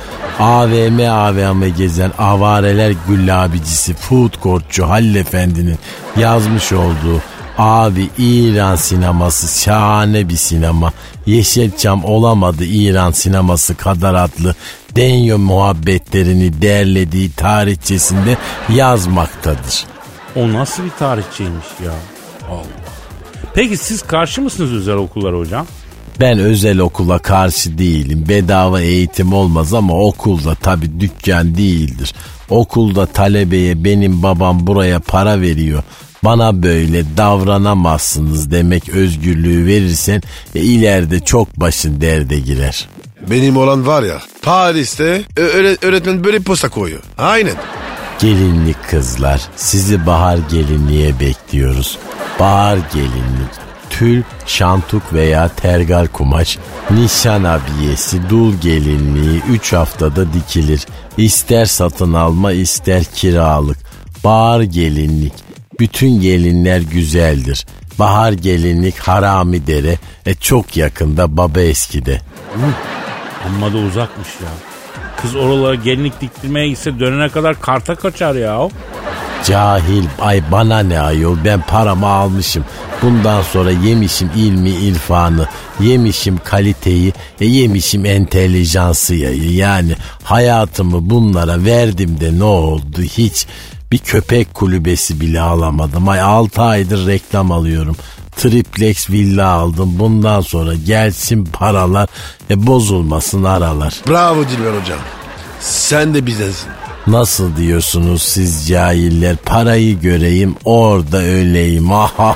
AVM gezen avareler güllabicisi food courtçu Halil Efendi'nin yazmış olduğu abi İran sineması şahane bir sinema, Yeşilçam olamadı İran sineması kadar adlı denyo muhabbetlerini derlediği tarihçesinde yazmaktadır. O nasıl bir tarihçiymiş ya? Allah. Peki siz karşı mısınız özel okullara hocam? Ben özel okula karşı değilim. Bedava eğitim olmaz ama okulda tabii dükkan değildir. Okulda talebeye benim babam buraya para veriyor, bana böyle davranamazsınız demek özgürlüğü verirsen ileride çok başın derde girer. Benim olan var ya Paris'te öğretmen böyle posta koyuyor. Aynen. Gelinlik kızlar, sizi bahar gelinliğe bekliyoruz. Bahar gelinlik, tül, şantuk veya tergal kumaş, nişan abiyesi, dul gelinliği 3 haftada dikilir. İster satın alma ister kiralık. Bahar gelinlik, bütün gelinler güzeldir. Bahar gelinlik Haramidere, çok yakında Baba Eski'de. Amma da uzakmış ya. Kız oralara gelinlik diktirmeye gitse dönene kadar karta kaçar ya. Cahil, ay bana ne ayol, ben paramı almışım. Bundan sonra yemişim ilmi irfanı, yemişim kaliteyi, yemişim entelijansiyayı. Yani hayatımı bunlara verdim de ne oldu hiç? Bir köpek kulübesi bile alamadım. Ay 6 aydır reklam alıyorum. Triplex villa aldım. Bundan sonra gelsin paralar, bozulmasın aralar. Bravo Dilber hocam. Sen de bizdensin. Nasıl diyorsunuz siz cahiller? Parayı göreyim orada öleyim.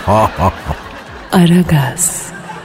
Aragaz.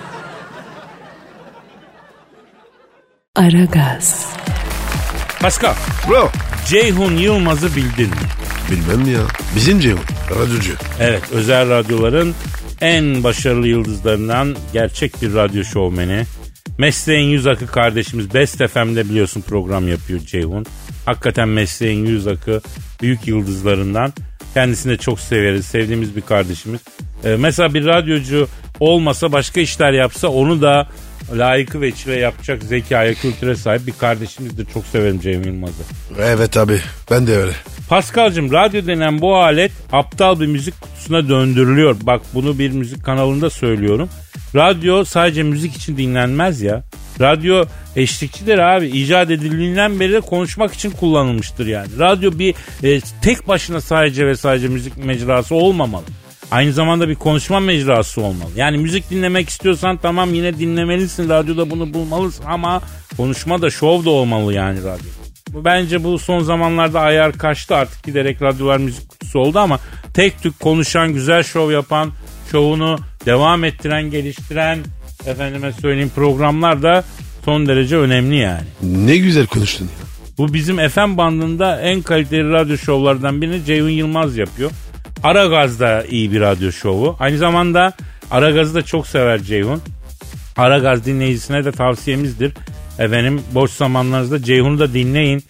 Aragaz. Pascal, Bro. Ceyhun Yılmaz'ı bildin mi? Bilmem ya. Bizim Ceyhun. Radyocu. Evet, özel radyoların en başarılı yıldızlarından gerçek bir radyo şovmeni. Mesleğin yüz akı kardeşimiz Best FM'de biliyorsun program yapıyor Ceyhun. Hakikaten mesleğin yüz akı büyük yıldızlarından. Kendisini de çok severiz. Sevdiğimiz bir kardeşimiz. Mesela bir radyocu olmasa başka işler yapsa onu da layıkı ve çile yapacak zekaya, kültüre sahip bir kardeşimizdir. Çok severim Ceyhun Yılmaz'ı. Evet abi. Ben de öyle. Pascal'cığım, radyo denen bu alet aptal bir müzik kutusuna döndürülüyor. Bak bunu bir müzik kanalında söylüyorum. Radyo sadece müzik için dinlenmez ya. Radyo eşlikçidir abi. İcat edildiğinden beri de konuşmak için kullanılmıştır yani. Radyo bir tek başına sadece ve sadece müzik mecrası olmamalı. Aynı zamanda bir konuşma mecrası olmalı. Yani müzik dinlemek istiyorsan tamam yine dinlemelisin. Radyoda bunu bulmalısın ama konuşma da şov da olmalı yani radyo. Bence bu son zamanlarda ayar kaçtı, artık giderek radyolar müzik kutusu oldu ama tek tük konuşan, güzel şov yapan, şovunu devam ettiren, geliştiren, efendime söyleyeyim, programlar da son derece önemli yani. Ne güzel konuştun ya. Bu bizim FM bandında en kaliteli radyo şovlardan birini Ceyhun Yılmaz yapıyor. Aragaz da iyi bir radyo şovu. Aynı zamanda Aragaz'ı da çok sever Ceyhun. Aragaz dinleyicisine de tavsiyemizdir. Efendim, boş zamanlarınızda Ceyhun'u da dinleyin.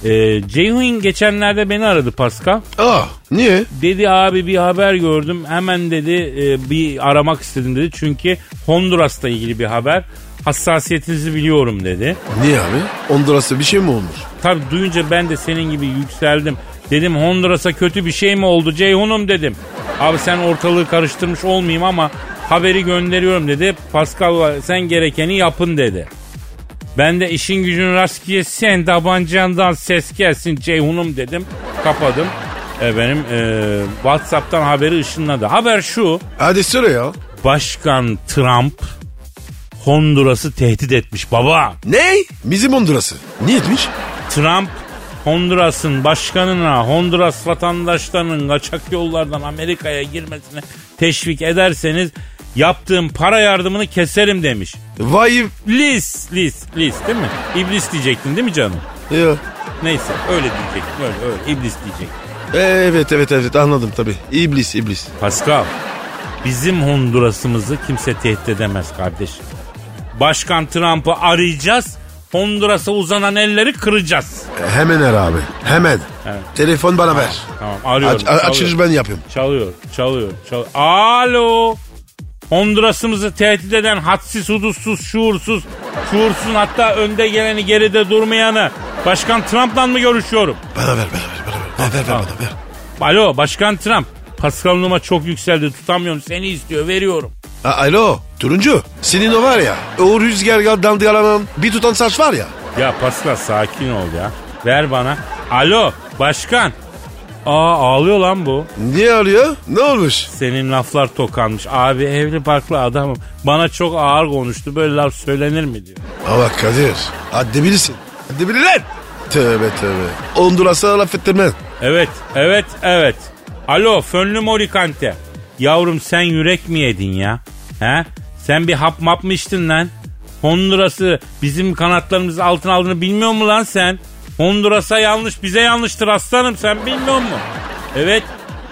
Ceyhun geçenlerde beni aradı Pascal. Niye? Dedi abi bir haber gördüm. Hemen dedi bir aramak istedim dedi. Çünkü Honduras'la ilgili bir haber. Hassasiyetinizi biliyorum dedi. Niye abi? Honduras'ta bir şey mi olmuş? Tabii duyunca ben de senin gibi yükseldim. Dedim Honduras'a kötü bir şey mi oldu Ceyhun'um dedim. Abi sen ortalığı karıştırmış olmayayım ama haberi gönderiyorum dedi. Pascal sen gerekeni yapın dedi. Ben de işin gücün rast gelsin, tabancandan ses gelsin Ceyhun'um dedim. Kapadım. Benim WhatsApp'tan haberi ışınladı. Haber şu. Hadi söyle ya. Başkan Trump Honduras'ı tehdit etmiş baba. Ne? Bizim Honduras'ı. Niye etmiş? Trump Honduras'ın başkanına Honduras vatandaşlarının kaçak yollardan Amerika'ya girmesine teşvik ederseniz yaptığım para yardımını keserim demiş. Vay. Lis değil mi? İblis diyecektin değil mi canım? Yok. Neyse öyle diyecektim, öyle iblis diyecektim. Evet anladım tabii. İblis. Pascal, bizim Honduras'ımızı kimse tehdit edemez kardeşim. Başkan Trump'ı arayacağız, Honduras'a uzanan elleri kıracağız. Hemen abi, hemen. Evet. Telefon bana ver. Tamam arıyorum. Açılış ben yapayım. Çalıyor. Alo. Honduras'ımızı tehdit eden hadsiz, hudutsuz, şuursuz, hatta önde geleni geride durmayanı Başkan Trump'la mı görüşüyorum? Bana ver. Alo Başkan Trump. Pascal Numa çok yükseldi, tutamıyorum, seni istiyor, veriyorum. Alo turuncu, senin o var ya, o rüzgar dalgalanan bir tutan saç var ya. Ya Pascal sakin ol ya, ver bana. Alo başkan. Ağlıyor lan bu. Niye ağlıyor? Ne olmuş? Senin laflar tokanmış. Abi evli barklı adamım. Bana çok ağır konuştu. Böyle laf söylenir mi diyor. Ama Kadir, hadi bilirsin. Hadi bilir lan. Tövbe. Honduras'a laf ettirmen. Evet. Alo fönlü morikante. Yavrum sen yürek mi yedin ya? He? Sen bir hap map mı içtin lan? Honduras'ı bizim kanatlarımızın altına aldığını bilmiyor musun lan sen? Honduras'a yanlış, bize yanlıştır aslanım, sen bilmiyor musun? Evet.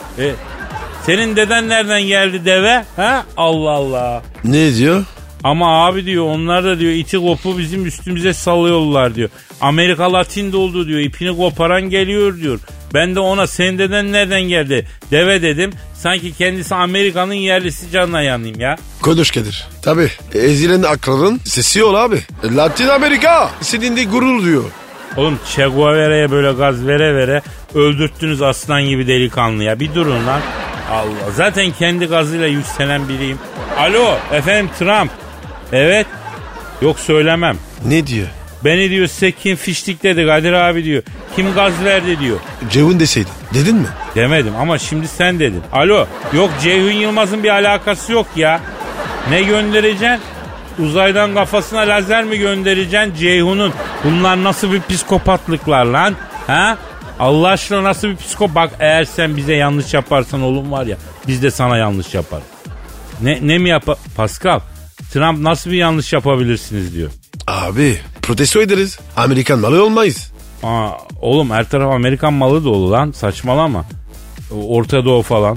Senin deden nereden geldi deve? Ha? Allah Allah. Ne diyor? Ama abi diyor, onlar da diyor iti kopu bizim üstümüze salıyorlar diyor. Amerika Latin oldu diyor, ipini koparan geliyor diyor. Ben de ona senin deden nereden geldi deve dedim. Sanki kendisi Amerika'nın yerlisi, canına yanayım ya. Konuş Kadir. Tabii ezilen akların sesi ol abi. Latin Amerika senin de gurur diyor. Oğlum Che Guevara'ya böyle gaz vere öldürttünüz aslan gibi delikanlı ya. Bir durun lan. Allah, zaten kendi gazıyla yükselen biriyim. Alo efendim Trump. Evet. Yok söylemem. Ne diyor? Beni diyor size kim fiştikledi Kadir abi diyor. Kim gaz verdi diyor. Ceyhun deseydin. Dedin mi? Demedim ama şimdi sen dedin. Alo. Yok Ceyhun Yılmaz'ın bir alakası yok ya. Ne göndereceksin? Uzaydan kafasına lazer mi göndereceksin Ceyhun'un? Bunlar nasıl bir psikopatlıklar lan? Ha? Allah aşkına nasıl bir psikop? Bak eğer sen bize yanlış yaparsan oğlum var ya, biz de sana yanlış yaparız. Ne mi Pascal? Trump nasıl bir yanlış yapabilirsiniz diyor. Abi protesto ederiz. Amerikan malı olmayız. Oğlum her taraf Amerikan malı dolu lan, saçmalama. Orta Doğu falan.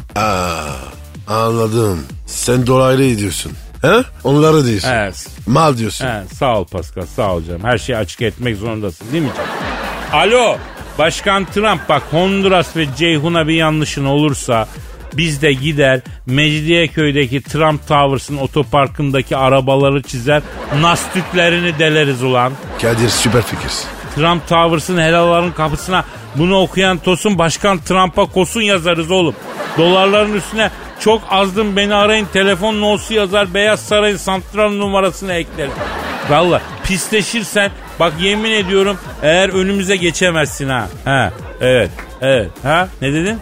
Anladım. Sen dolaylı diyorsun. He? Onları diyorsun. Evet. Mal diyorsun. Evet, sağ ol Pascal, sağ ol canım. Her şeyi açık etmek zorundasın değil mi canım? Alo Başkan Trump, bak Honduras ve Ceyhun'a bir yanlışın olursa biz de gider Mecidiyeköy'deki Trump Towers'ın otoparkındaki arabaları çizer, nastüklerini deleriz ulan. Kadir süper fikir. Trump Towers'ın helaların kapısına bunu okuyan Tosun Başkan Trump'a kosun yazarız oğlum. Dolarların üstüne çok azdım beni arayın telefon nosu yazar, Beyaz Saray'ın santral numarasını ekleriz. Valla pisleşirsen bak yemin ediyorum eğer önümüze geçemezsin ha. Evet. Ha ne dedin?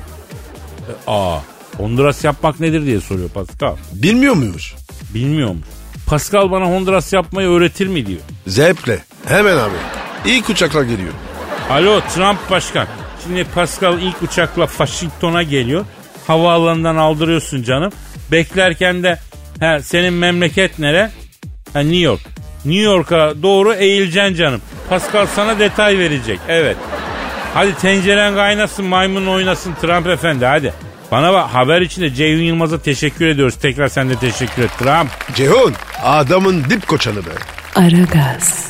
Honduras yapmak nedir diye soruyor Pascal. Bilmiyor muymuş? Bilmiyormuş. Pascal bana Honduras yapmayı öğretir mi diyor. Zevkle. Hemen abi. İlk uçakla geliyor. Alo Trump başkan. Şimdi Pascal ilk uçakla Washington'a geliyor. Havaalanından aldırıyorsun canım. Beklerken de senin memleket nere? New York. New York'a doğru eğileceksin canım. Pascal sana detay verecek. Evet. Hadi tenceren kaynasın, maymun oynasın Trump efendi hadi. Bana bak, haber için de Ceyhun Yılmaz'a teşekkür ediyoruz. Tekrar sen de teşekkür et Trump. Ceyhun adamın dip koçanı be. Aragaz.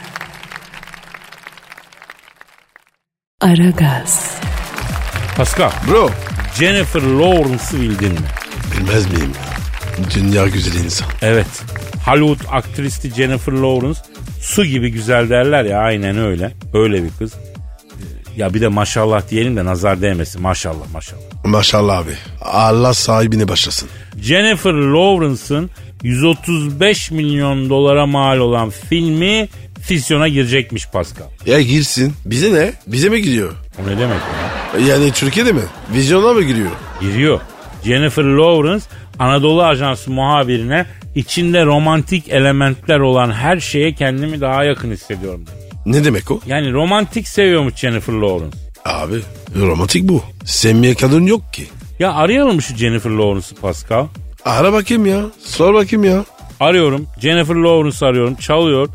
Aragaz. Pascal, Bro. Jennifer Lawrence'ı bildin mi? Bilmez miyim ya? Dünya güzel insan. Evet. Hollywood aktristi Jennifer Lawrence su gibi güzel derler ya, aynen öyle. Öyle bir kız. Ya bir de maşallah diyelim de nazar değmesin. Maşallah maşallah. Maşallah abi. Allah sahibini başlasın. Jennifer Lawrence'ın 135 milyon dolara mal olan filmi vizyona girecekmiş Pascal. Ya girsin. Bize ne? Bize mi giriyor? O ne demek ya? Yani Türkiye'de mi? Vizyona mı giriyor? Giriyor. Jennifer Lawrence Anadolu Ajansı muhabirine içinde romantik elementler olan her şeye kendimi daha yakın hissediyorum demiş. Ne demek o? Yani romantik seviyormuş Jennifer Lawrence. Abi romantik bu. Sevmeye kadın yok ki. Ya arayalım şu Jennifer Lawrence'ı Pascal. Ara bakayım ya. Sor bakayım ya. Arıyorum. Jennifer Lawrence arıyorum. Çalıyor.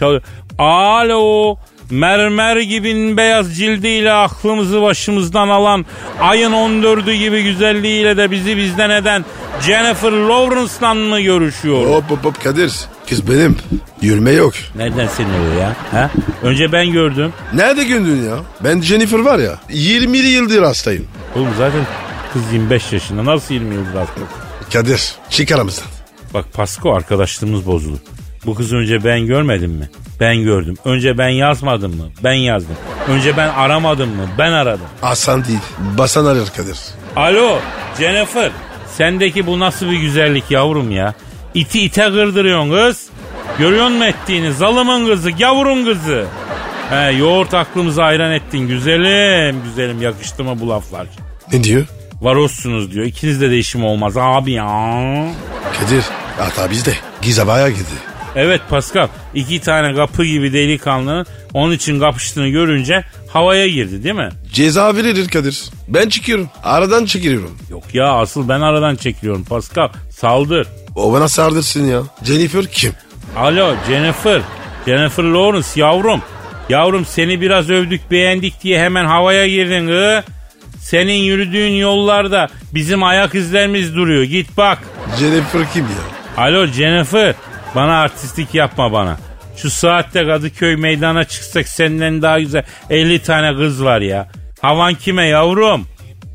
Alo. Mermer gibi beyaz cildiyle aklımızı başımızdan alan, ayın 14'ü gibi güzelliğiyle de bizi bizden eden Jennifer Lawrence'la mı görüşüyor? Hop Kadir. Kız benim. Yürüme yok. Nereden senin oluyor ya? Ha? Önce ben gördüm. Nerede gördün ya? Ben Jennifer var ya 20 yıldır hastayım. Oğlum zaten kız 25 yaşında. Nasıl 20 yıldır hasta? Kadir çık aramızdan. Bak Pasko, arkadaşlığımız bozulur. Bu kızı önce ben görmedim mi? Ben gördüm. Önce ben yazmadım mı? Ben yazdım. Önce ben aramadım mı? Ben aradım. Hasan değil. Basan arıyor Kadir. Alo Jennifer. Sendeki bu nasıl bir güzellik yavrum ya? İti ite kırdırıyorsun kız. Görüyor musun ettiğini? Zalımın kızı, gavurun kızı. Yoğurt aklımızı hayran ettin. Güzelim yakıştı mı bu laflar? Ne diyor? Varozsunuz diyor. İkinizde de işim olmaz abi ya. Kadir hata bizde. Gizabaya girdi. Evet Pascal, 2 tane kapı gibi delikanlının onun için kapıştığını görünce havaya girdi değil mi? Ceza verilir Kadir. Ben çıkıyorum. Aradan çekiliyorum. Yok ya, asıl ben aradan çekiliyorum Pascal. Saldır. O bana sardırsın ya. Jennifer kim? Alo Jennifer. Jennifer Lawrence yavrum. Yavrum seni biraz övdük beğendik diye hemen havaya girdin. Senin yürüdüğün yollarda bizim ayak izlerimiz duruyor. Git bak. Jennifer kim ya? Alo Jennifer. Bana artistlik yapma bana. Şu saatte Kadıköy meydana çıksak senden daha güzel 50 tane kız var ya. Havan kime yavrum?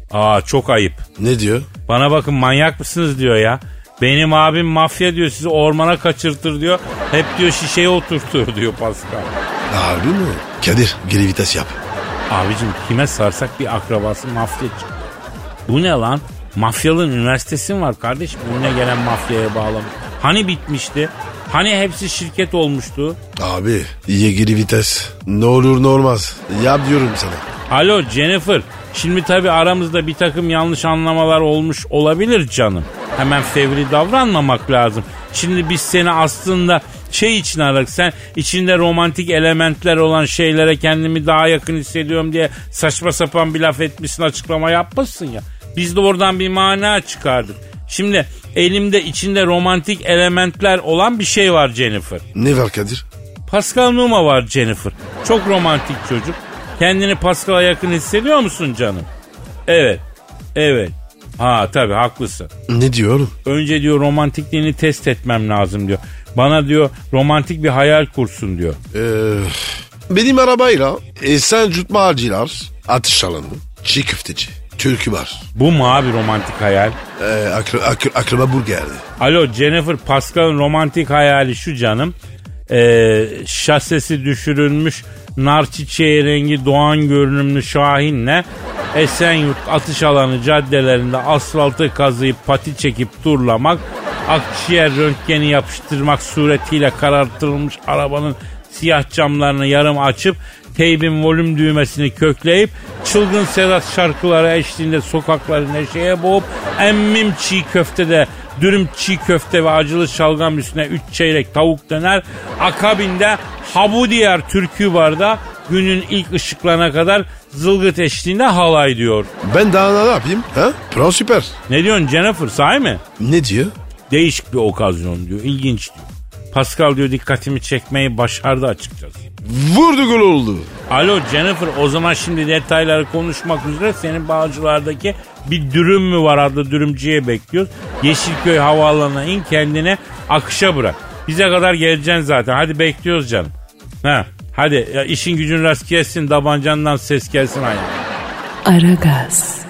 Çok ayıp. Ne diyor? Bana bakın manyak mısınız diyor ya. Benim abim mafya diyor, sizi ormana kaçırtır diyor. Hep diyor şişeye oturtur diyor Pascal. Harbi mi? Kadir geri vites yap. Abicim kime sarsak bir akrabası mafya çıktı. Bu ne lan? Mafyalı üniversitesi mi var kardeşim? Önüne gelen mafyaya bağlamış. Hani bitmişti? Hani hepsi şirket olmuştu? Abi iyi geri vites. Ne olur ne olmaz. Yap diyorum sana. Alo Jennifer. Şimdi tabii aramızda bir takım yanlış anlamalar olmuş olabilir canım. Hemen fevri davranmamak lazım. Şimdi biz seni aslında için aradık. Sen içinde romantik elementler olan şeylere kendimi daha yakın hissediyorum diye saçma sapan bir laf etmişsin, açıklama yapmışsın ya. Biz de oradan bir mana çıkardık. Şimdi elimde içinde romantik elementler olan bir şey var Jennifer. Ne var Kadir? Pascal Numa var Jennifer. Çok romantik çocuk. Kendini Pascal'a yakın hissediyor musun canım? Evet. Tabii haklısın. Ne diyorum? Önce diyor romantikliğini test etmem lazım diyor. Bana diyor romantik bir hayal kursun diyor. Benim arabayla Esenyurt Macirler atış alanı, çiğ köfteci, türkü var. Bu mu abi romantik hayal? Akraba burgerdi. Alo Jennifer, Pascal'ın romantik hayali şu canım. Şasesi düşürülmüş nar çiçeği rengi doğan görünümlü Şahin'le Esenyurt atış alanı caddelerinde asfaltı kazıyıp pati çekip turlamak, akciğer röntgeni yapıştırmak suretiyle karartılmış arabanın siyah camlarını yarım açıp teybin volüm düğmesini kökleyip çılgın Sedat şarkıları eşliğinde sokakları neşeye boğup emmim çiğ köftede dürüm çiğ köfte ve acılı şalgam üstüne 3 çeyrek tavuk döner, akabinde Habu Diyar türkü barda günün ilk ışıklarına kadar zılgıt eşliğinde halay diyor. Ben daha ne yapayım? Ha? Pro süper. Ne diyorsun Jennifer, sahi mi? Ne diyor? Değişik bir okazyon diyor, ilginç diyor. Pascal diyor dikkatimi çekmeyi başardı açıkçası. Vurdu gol oldu. Alo Jennifer, o zaman şimdi detayları konuşmak üzere senin Bağcılar'daki bir dürüm mü var adlı dürümcüye bekliyoruz. Yeşilköy havaalanına in, kendine akışa bırak. Bize kadar geleceksin zaten, hadi bekliyoruz canım. Ha, hadi ya, işin gücün rast gelsin, tabancandan ses gelsin ayağım. Aragaz.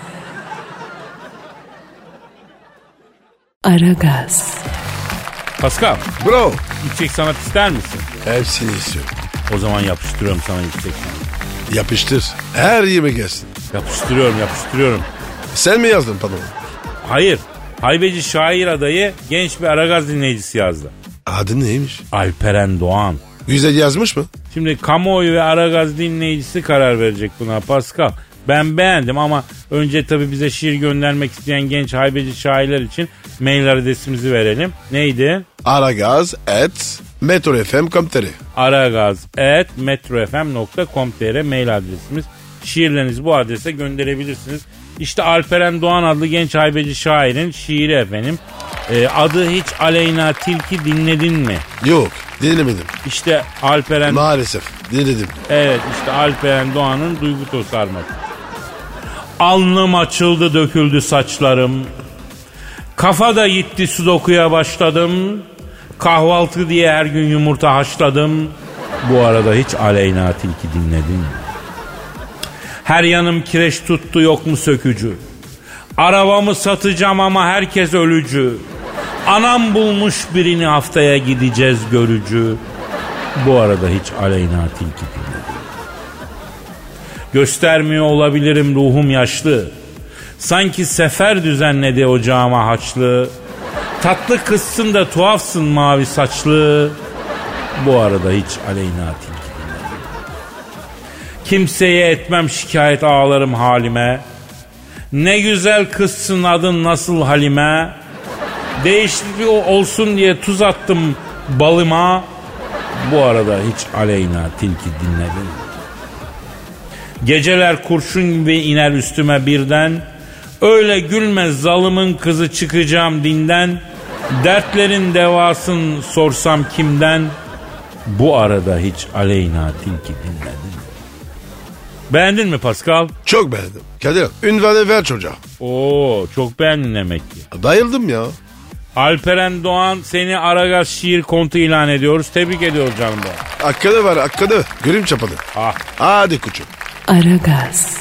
Aragaz. Pascal, Bro. yüksek sanat ister misin? Hepsini istiyorum. O zaman yapıştırıyorum sana yüksek sanat. Yapıştır. Her yeme gelsin. Yapıştırıyorum. Sen mi yazdın pardon? Hayır. Haybeci şair adayı genç bir Aragaz dinleyicisi yazdı. Adı neymiş? Alperen Doğan. Güzel yazmış mı? Şimdi kamuoyu ve Aragaz dinleyicisi karar verecek buna Pascal. Ben beğendim ama önce tabii bize şiir göndermek isteyen genç haybeci şairler için mail adresimizi verelim. Neydi? aragaz@metrofm.com.tr aragaz@metrofm.com.tr mail adresimiz. Şiirlerinizi bu adrese gönderebilirsiniz. İşte Alperen Doğan adlı genç haybeci şairin şiiri efendim. Adı hiç Aleyna Tilki dinledin mi? Yok, dinlemedim. İşte Alperen... Maalesef dinledim. Evet, işte Alperen Doğan'ın duygu tosarması. Alnım açıldı, döküldü saçlarım. Kafada gitti, sudokuya başladım. Kahvaltı diye her gün yumurta haşladım. Bu arada hiç Aleyna Tilki dinledin mi? Her yanım kireç tuttu, yok mu sökücü? Arabamı satacağım ama herkes ölücü. Anam bulmuş birini, haftaya gideceğiz görücü. Bu arada hiç Aleyna Tilki dinledin. Göstermiyor olabilirim, ruhum yaşlı. Sanki sefer düzenledi ocağıma haçlı. Tatlı kızsın da tuhafsın mavi saçlı. Bu arada hiç Aleyna Tilki dinledin. Kimseye etmem şikayet, ağlarım halime. Ne güzel kızsın, adın nasıl Halime. Değişiklik olsun diye tuz attım balıma. Bu arada hiç Aleyna Tilki dinledin. Geceler kurşun gibi iner üstüme birden. Öyle gülme zalımın kızı, çıkacağım dinden. Dertlerin devasın sorsam kimden? Bu arada hiç Aleyna Tilki dinledin. Beğendin mi Pascal? Çok beğendim. Kadir, ünvanı ver çocuğa. Oo, çok beğendin demek ki. Bayıldım ya. Alperen Doğan, seni Aragaz şiir kontu ilan ediyoruz. Tebrik ediyoruz canım benim. Hakkını var, hakkını. Gülüm çapadı. Ah. Hadi kuçum. Aragaz.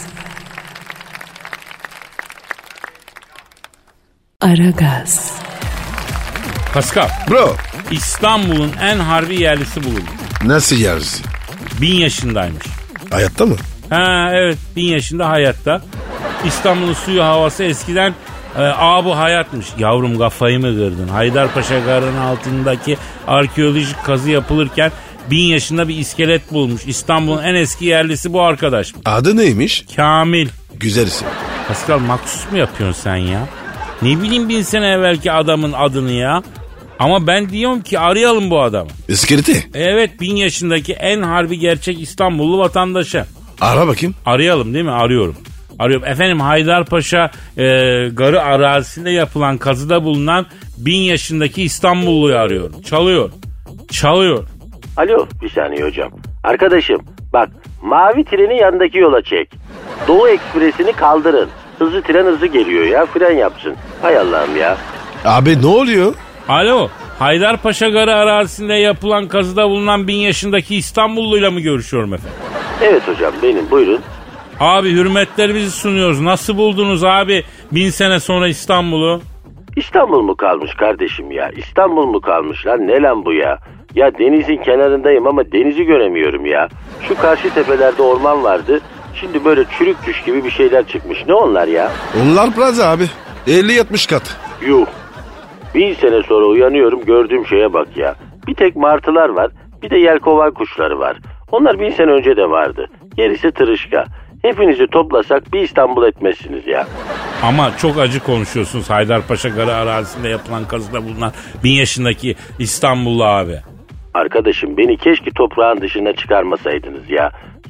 Aragaz. Pascal, Bro. İstanbul'un en harbi yerlisi bulundu. Nasıl yersin? 1000 yaşındaymış. Hayatta mı? Ha evet, 1000 yaşında hayatta. İstanbul'un suyu havası eskiden bu hayatmış. Yavrum kafayı mı kırdın? Haydarpaşa Garı'nın altındaki arkeolojik kazı yapılırken 1000 yaşında bir iskelet bulmuş. İstanbul'un en eski yerlisi bu arkadaş. Adı neymiş? Kamil. Güzel isim. Pascal, maksus mu yapıyorsun sen ya? Ne bileyim 1000 sene evvelki adamın adını ya. Ama ben diyorum ki arayalım bu adamı. İskeleti. Evet, 1000 yaşındaki en harbi gerçek İstanbullu vatandaşı. Ara bakayım. Arayalım değil mi? Arıyorum. Efendim, Haydarpaşa Garı arazisinde yapılan kazıda bulunan 1000 yaşındaki İstanbulluyu arıyorum. Çalıyor. Alo, bir saniye hocam. Arkadaşım bak, mavi treni yanındaki yola çek. Doğu Ekspresi'ni kaldırın. Hızlı tren hızlı geliyor ya, fren yapsın. Hay Allah'ım ya. Abi ne oluyor? Alo, Haydarpaşa Garı arazisinde yapılan kazıda bulunan 1000 yaşındaki İstanbulluyla mı görüşüyorum efendim? Evet hocam, benim, buyurun. Abi hürmetlerimizi sunuyoruz. Nasıl buldunuz abi 1000 sene sonra İstanbul'u? İstanbul mu kalmış kardeşim ya? İstanbul mu kalmış lan? Ne lan bu ya? Ya denizin kenarındayım ama denizi göremiyorum ya. Şu karşı tepelerde orman vardı. Şimdi böyle çürük düş gibi bir şeyler çıkmış. Ne onlar ya? Onlar plaza abi. 50-60 kat. Yuh. 1000 sene sonra uyanıyorum, gördüğüm şeye bak ya. Bir tek martılar var, bir de yelkovan kuşları var. Onlar 1000 sene önce de vardı. Gerisi tırışka. Hepinizi toplasak bir İstanbul etmezsiniz ya. Ama çok acı konuşuyorsunuz. Haydarpaşa Garı arazisinde yapılan kazıda bulunan 1000 yaşındaki İstanbullu abi. Arkadaşım, beni keşke toprağın dışına çıkarmasaydınız ya.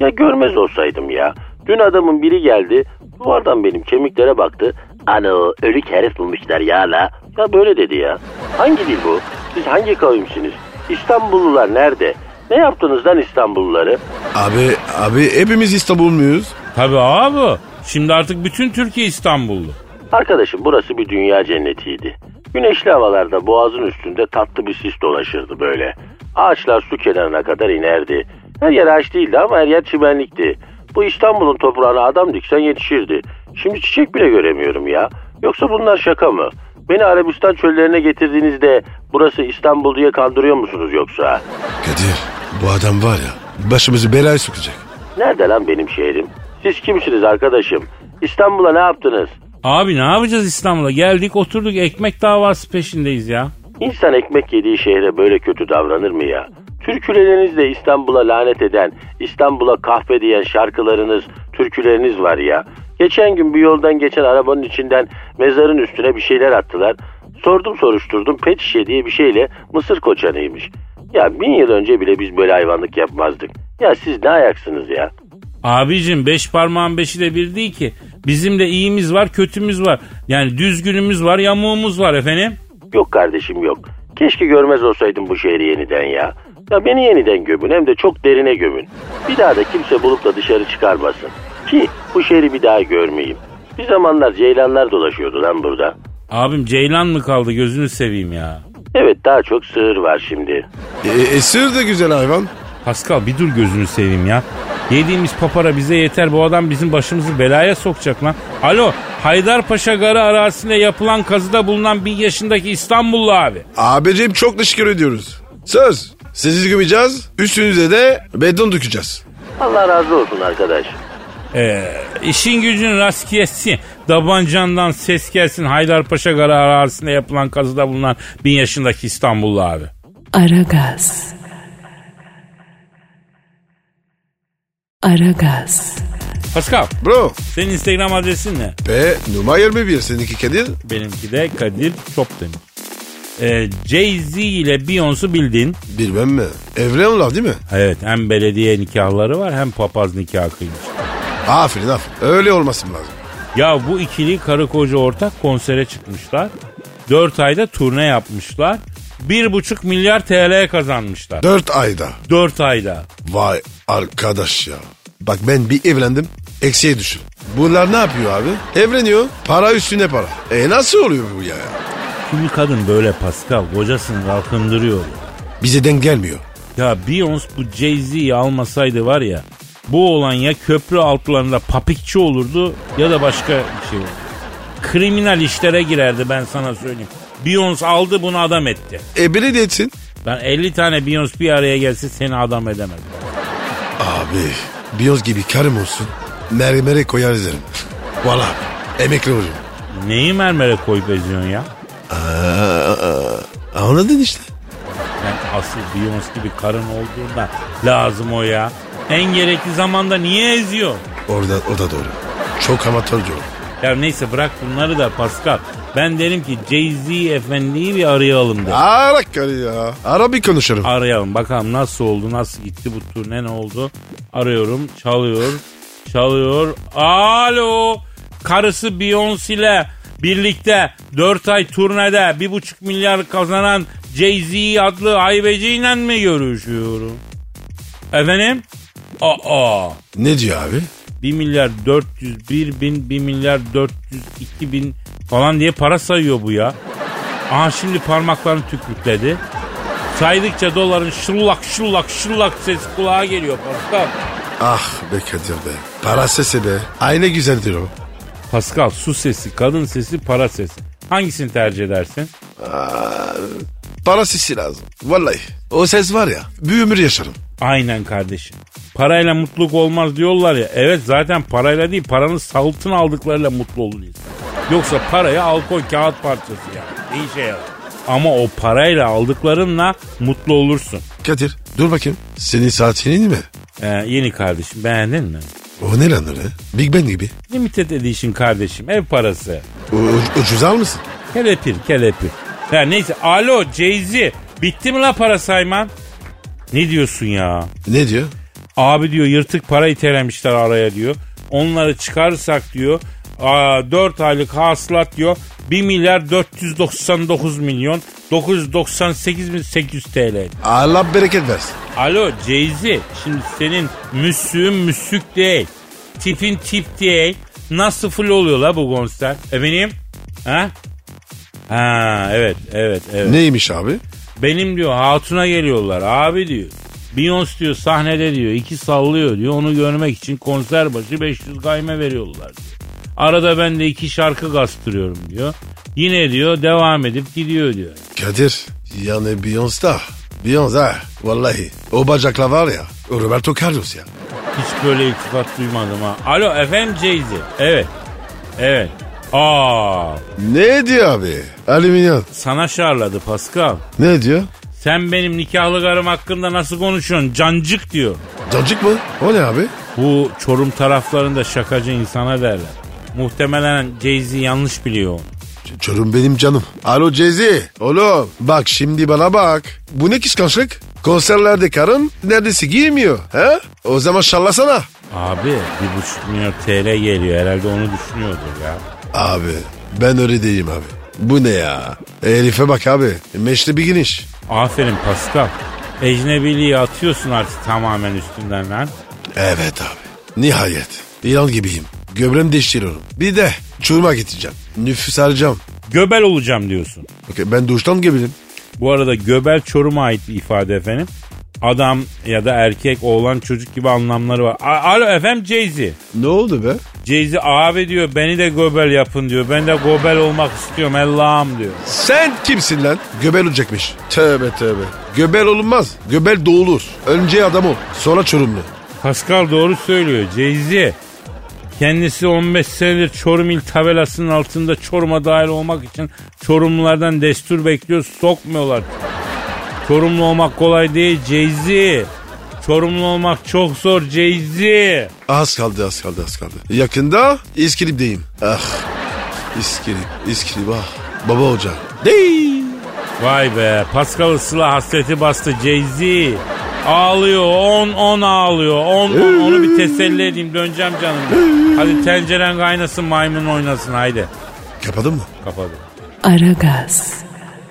Ya görmez olsaydım ya. Dün adamın biri geldi. Duvardan benim kemiklere baktı. Ano ölük herif bulmuşlar ya la. Ya böyle dedi ya. Hangi dil bu? Siz hangi kavimsiniz? İstanbullular nerede? Ne yaptınız lan İstanbulluları? Abi hepimiz İstanbul muyuz? Tabii abi. Şimdi artık bütün Türkiye İstanbullu. Arkadaşım burası bir dünya cennetiydi. Güneşli havalarda boğazın üstünde tatlı bir sis dolaşırdı böyle. Ağaçlar su kenarına kadar inerdi. Her yer ağaç değildi ama her yer çimenlikti. Bu İstanbul'un toprağına adam diksen yetişirdi. Şimdi çiçek bile göremiyorum ya. Yoksa bunlar şaka mı? Beni Arabistan çöllerine getirdiğinizde burası İstanbul diye kandırıyor musunuz yoksa? Kadir bu adam var ya başımızı belaya sokacak. Nerede lan benim şehrim? Siz kimsiniz arkadaşım? İstanbul'a ne yaptınız? Abi ne yapacağız İstanbul'a? Geldik oturduk ekmek davası peşindeyiz ya. İnsan ekmek yediği şehre böyle kötü davranır mı ya? Türkülerinizle İstanbul'a lanet eden, İstanbul'a kahpe diyen şarkılarınız, türküleriniz var ya. Geçen gün bir yoldan geçen arabanın içinden mezarın üstüne bir şeyler attılar. Sordum soruşturdum, pet şişe diye bir şeyle mısır koçanıymış. Ya 1000 yıl önce bile biz böyle hayvanlık yapmazdık. Ya siz ne ayaksınız ya? Abicim 5 parmağın 5'i de bir değil ki. Bizim de iyimiz var, kötümüz var. Yani düzgünümüz var, yamuğumuz var efendim. Yok kardeşim yok. Keşke görmez olsaydım bu şehri yeniden ya. Ya beni yeniden gömün, hem de çok derine gömün. Bir daha da kimse bulup da dışarı çıkarmasın. Ki bu şehri bir daha görmeyeyim. Bir zamanlar ceylanlar dolaşıyordu lan burada. Abim ceylan mı kaldı, gözünü seveyim ya. Evet, daha çok sığır var şimdi. Sığır da güzel hayvan. Pascal bir dur gözünü seveyim ya. Yediğimiz papara bize yeter, bu adam bizim başımızı belaya sokacak lan. Alo, Haydarpaşa Garı arazisinde yapılan kazıda bulunan 1 yaşındaki İstanbullu abi. Abicim çok teşekkür ediyoruz. Söz sizi gömeceğiz, üstünüze de beton dökeceğiz. Allah razı olsun arkadaş. İşin gücün rast gelsin. Dabancandan ses gelsin. Haydarpaşa Garı arazisinde yapılan kazıda bulunan 1 yaşındaki İstanbullu abi. Aragaz. Aragaz. Pascal. Bro. Senin Instagram adresin ne? Numara 21 seninki Kadir. Benimki de Kadir Çopdemir. Jay-Z ile Beyoncé bildin. Bilmem mi? Evlenler değil mi? Evet, hem belediye nikahları var hem papaz nikahı kıymış. Aferin. Öyle olmasın lazım. Ya bu ikili karı koca ortak konsere çıkmışlar. 4 ayda turne yapmışlar. 1,5 milyar TL kazanmışlar. 4 ayda. 4 ayda. Vay arkadaş ya. Bak ben bir evlendim. Eksiye düşün. Bunlar ne yapıyor abi? Evleniyor. Para üstüne para. Nasıl oluyor bu ya? Kimi kadın böyle Pascal. Kocasını kalkındırıyor. Bize denk gelmiyor. Ya Beyoncé bu Jay-Z'yi almasaydı var ya, bu olan ya köprü altlarında papikçi olurdu ya da başka bir şey olurdu. Kriminal işlere girerdi, ben sana söyleyeyim. Beyoncé aldı, bunu adam etti. Belediye etsin. Ben 50 tane Beyoncé bir araya gelse seni adam edemez. Abi Beyoncé gibi karım olsun. Mermere koyarız derim. Valla emekli olurum. Neyi mermere koyup eziyorsun ya? Anladın işte. Ben asıl Beyoncé gibi karın olduğunda lazım o ya. En gerekli zamanda niye eziyor? O da doğru. Çok amatörce olur. Ya neyse bırak bunları da Pascal. Ben derim ki Jay-Z efendiyi bir arayalım derim. Ara karı ya. Ara bir konuşalım. Arayalım bakalım nasıl oldu, nasıl gitti bu turne, ne oldu? Arıyorum, çalıyor. Alo, karısı Beyoncé ile birlikte 4 ay turnede 1,5 milyar kazanan Jay-Z adlı haybeciyle mi görüşüyorum? Efendim? Ne diyor abi? 1 milyar 401 bin, 1 milyar 402 bin falan diye para sayıyor bu ya. Aha şimdi parmaklarını tükrükledi. Saydıkça doların şıllak sesi kulağa geliyor Pascal. Ah be Kadir be. Para sesi be. Aynı güzeldir o. Pascal, su sesi, kadın sesi, para sesi. Hangisini tercih edersin? Para sesi lazım. Vallahi. O ses var ya. Bir ömür yaşarım. Aynen kardeşim. Parayla mutluluk olmaz diyorlar ya. Evet, zaten parayla değil, paranın saltını aldıklarıyla mutlu olur insan. Yoksa paraya alkol kağıt parçası yani. İyi şey yarar. Ama o parayla aldıklarınla mutlu olursun. Kadir dur bakayım. Senin saatinin mi? Yeni kardeşim, beğendin mi? O ne lan öyle? Big Ben gibi. Limited edition kardeşim, ev parası. Ucuz almışsın. Kelepir. Ya neyse, alo Jay-Z, bitti mi la para sayman? Ne diyorsun ya? Ne diyor? Abi diyor yırtık para itelemişler araya diyor. Onları çıkarırsak diyor 4 aylık hasılat diyor 1 milyar 499 milyon 998 bin 800 TL. Allah bereket versin. Alo Jay-Z, şimdi senin müslüğün müslük değil. Tipin tip değil. Nasıl full oluyor la bu konser? Efendim? Ha? Ha evet. Neymiş abi? Benim diyor hatuna geliyorlar abi diyor. Beyoncé diyor sahnede diyor 2 sallıyor diyor. Onu görmek için konser başı 500 gayme veriyorlar diyor. Arada ben de 2 şarkı kastırıyorum diyor. Yine diyor devam edip gidiyor diyor. Kadir yani Beyoncé ha. Vallahi o bacaklar var ya Roberto Carlos ya. Hiç böyle iltifat duymadım ha. Alo efendim Jay-Z. Evet. Ne diyor abi? Alüminyum. Sana şarladı Pascal. Ne diyor? Sen benim nikahlı karım hakkında nasıl konuşuyorsun? Cancık diyor. Cancık mı? O ne abi? Bu Çorum taraflarında şakacı insana derler. Muhtemelen Jay-Z yanlış biliyor onu. Çorum benim canım. Alo Jay-Z. Oğlum bak şimdi bana bak. Bu ne kıskançlık? Konserlerde karın neredeyse girmiyor. He? O zaman şallasana. Abi 1,5 milyon TL geliyor herhalde onu düşünüyordur ya. Abi ben öyle değilim abi. Bu ne ya? Herife bak abi. Meşte bir geniş. Aferin Pascal. Ecnebiliği atıyorsun artık tamamen üstünden lan. Evet abi. Nihayet. İlan gibiyim. Göbrem değiştiriyorum. Bir de çurma getireceğim. Nüfus alacağım. Göbel olacağım diyorsun. Okay, ben doğuştan gebeyim. Bu arada göbel Çorum'a ait bir ifade efendim. Adam ya da erkek, oğlan, çocuk gibi anlamları var. Alo efendim Jay-Z. Ne oldu be? Jay-Z abi diyor beni de göbel yapın diyor. Ben de göbel olmak istiyorum Allah'ım diyor. Sen kimsin lan? Göbel olacakmış. Tövbe. Göbel olunmaz. Göbel doğulur. Önce adam ol. Sonra Çorumlu. Pascal doğru söylüyor Jay-Z. Kendisi 15 senedir Çorum il tabelasının altında Çorum'a dahil olmak için Çorumlulardan destur bekliyor, sokmuyorlar. Çorumlu olmak kolay değil Jay-Z. Çorumlu olmak çok zor Jay-Z. Az kaldı. Yakında İskilip'teyim. İskilip Baba hoca. Değil. Vay be Pascal Sıla hasreti bastı Jay-Z. Ağlıyor 10 ağlıyor 10 onu bir teselli edeyim döneceğim canım. Hadi tenceren kaynasın maymun oynasın haydi. Kapadın mı? Kapadım. Aragaz.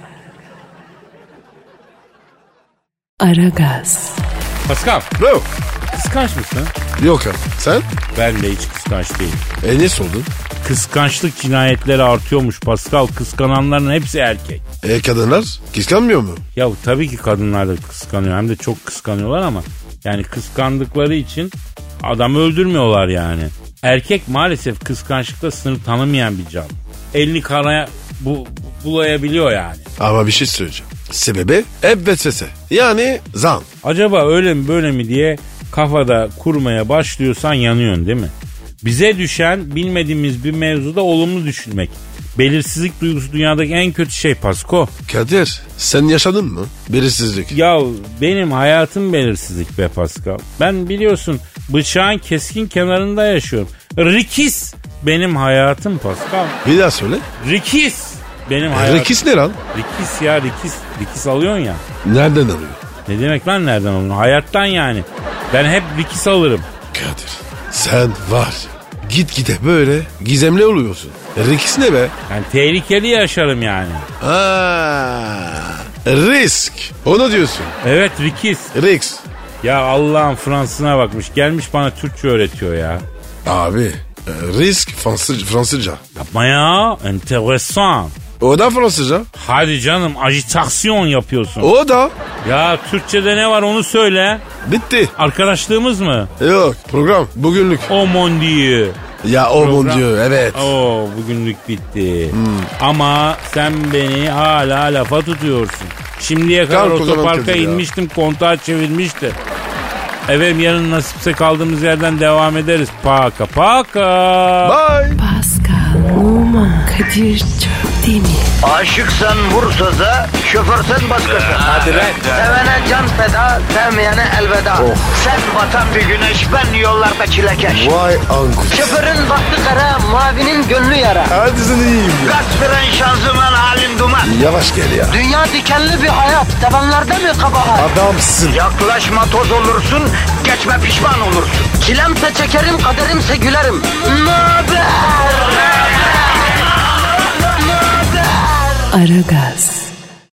Pascal Bro. kıskanç mısın? Yok abi. Sen? Ben de hiç kıskanç değilim. Ne soldun? Kıskançlık cinayetleri artıyormuş Pascal. Kıskananların hepsi erkek. Kadınlar kıskanmıyor mu? Ya tabii ki kadınlar da kıskanıyor. Hem de çok kıskanıyorlar ama yani kıskandıkları için adamı öldürmüyorlar yani. Erkek maalesef kıskançlıkta sınır tanımayan bir canlı. Elini karaya bulayabiliyor yani. Ama bir şey söyleyeceğim. Sebebi hep vesvese. Yani zan. Acaba öyle mi böyle mi diye kafada kurmaya başlıyorsan yanıyorsun değil mi? Bize düşen bilmediğimiz bir mevzuda olumlu düşünmek. Belirsizlik duygusu dünyadaki en kötü şey Pasko. Kadir sen yaşadın mı belirsizlik? Ya benim hayatım belirsizlik be Pascal. Ben biliyorsun bıçağın keskin kenarında yaşıyorum. Rikis benim hayatım Pascal. Bir daha söyle. Rikis benim hayatım. Rikis ne lan? Rikis ya rikis. Rikis alıyorsun ya. Nereden alıyor? Ne demek lan nereden alıyorsun? Hayattan yani. Ben hep rikis alırım. Kadir sen var gitgide böyle gizemli oluyorsun. Rikis ne be? Yani tehlikeli yaşarım yani. Risk. Onu diyorsun. Evet rikis. Risk. Ya Allah'ın Fransızına bakmış. Gelmiş bana Türkçe öğretiyor ya. Abi risk Fransızca. Yapma ya. Enteresan. O da Fransızca. Hadi canım ajitasyon yapıyorsun. O da. Ya Türkçe'de ne var onu söyle. Bitti. Arkadaşlığımız mı? Yok program bugünlük. Oh mon dieu. Ya o mon dieu evet. Oo bugünlük bitti. Ama sen beni hala lafa tutuyorsun. Şimdiye kadar Kalk otoparka ya. inmiştim, kontağı çevirmişti. Efendim yarın nasipse kaldığımız yerden devam ederiz. Paka. Bye. Pascal, Oman, Kadir, çok Ertem'in Aşıksan vursa da, şoförsen başkasın. Hadi lan. Sevene can feda, sevmeyene elveda. Sen batan bir güneş, ben yollarda çilekeş. Vay anku. Şoförün baktı kara, mavinin gönlü yara. Hadi sen iyiyim ya. Kasperen şanzıman halin duman. Yavaş gel ya. Dünya dikenli bir hayat, sevenlerde mi kabahar? Adamsın. Yaklaşma toz olursun, geçme pişman olursun. Çilemse çekerim, kaderimse gülerim. Möber! Aragaz.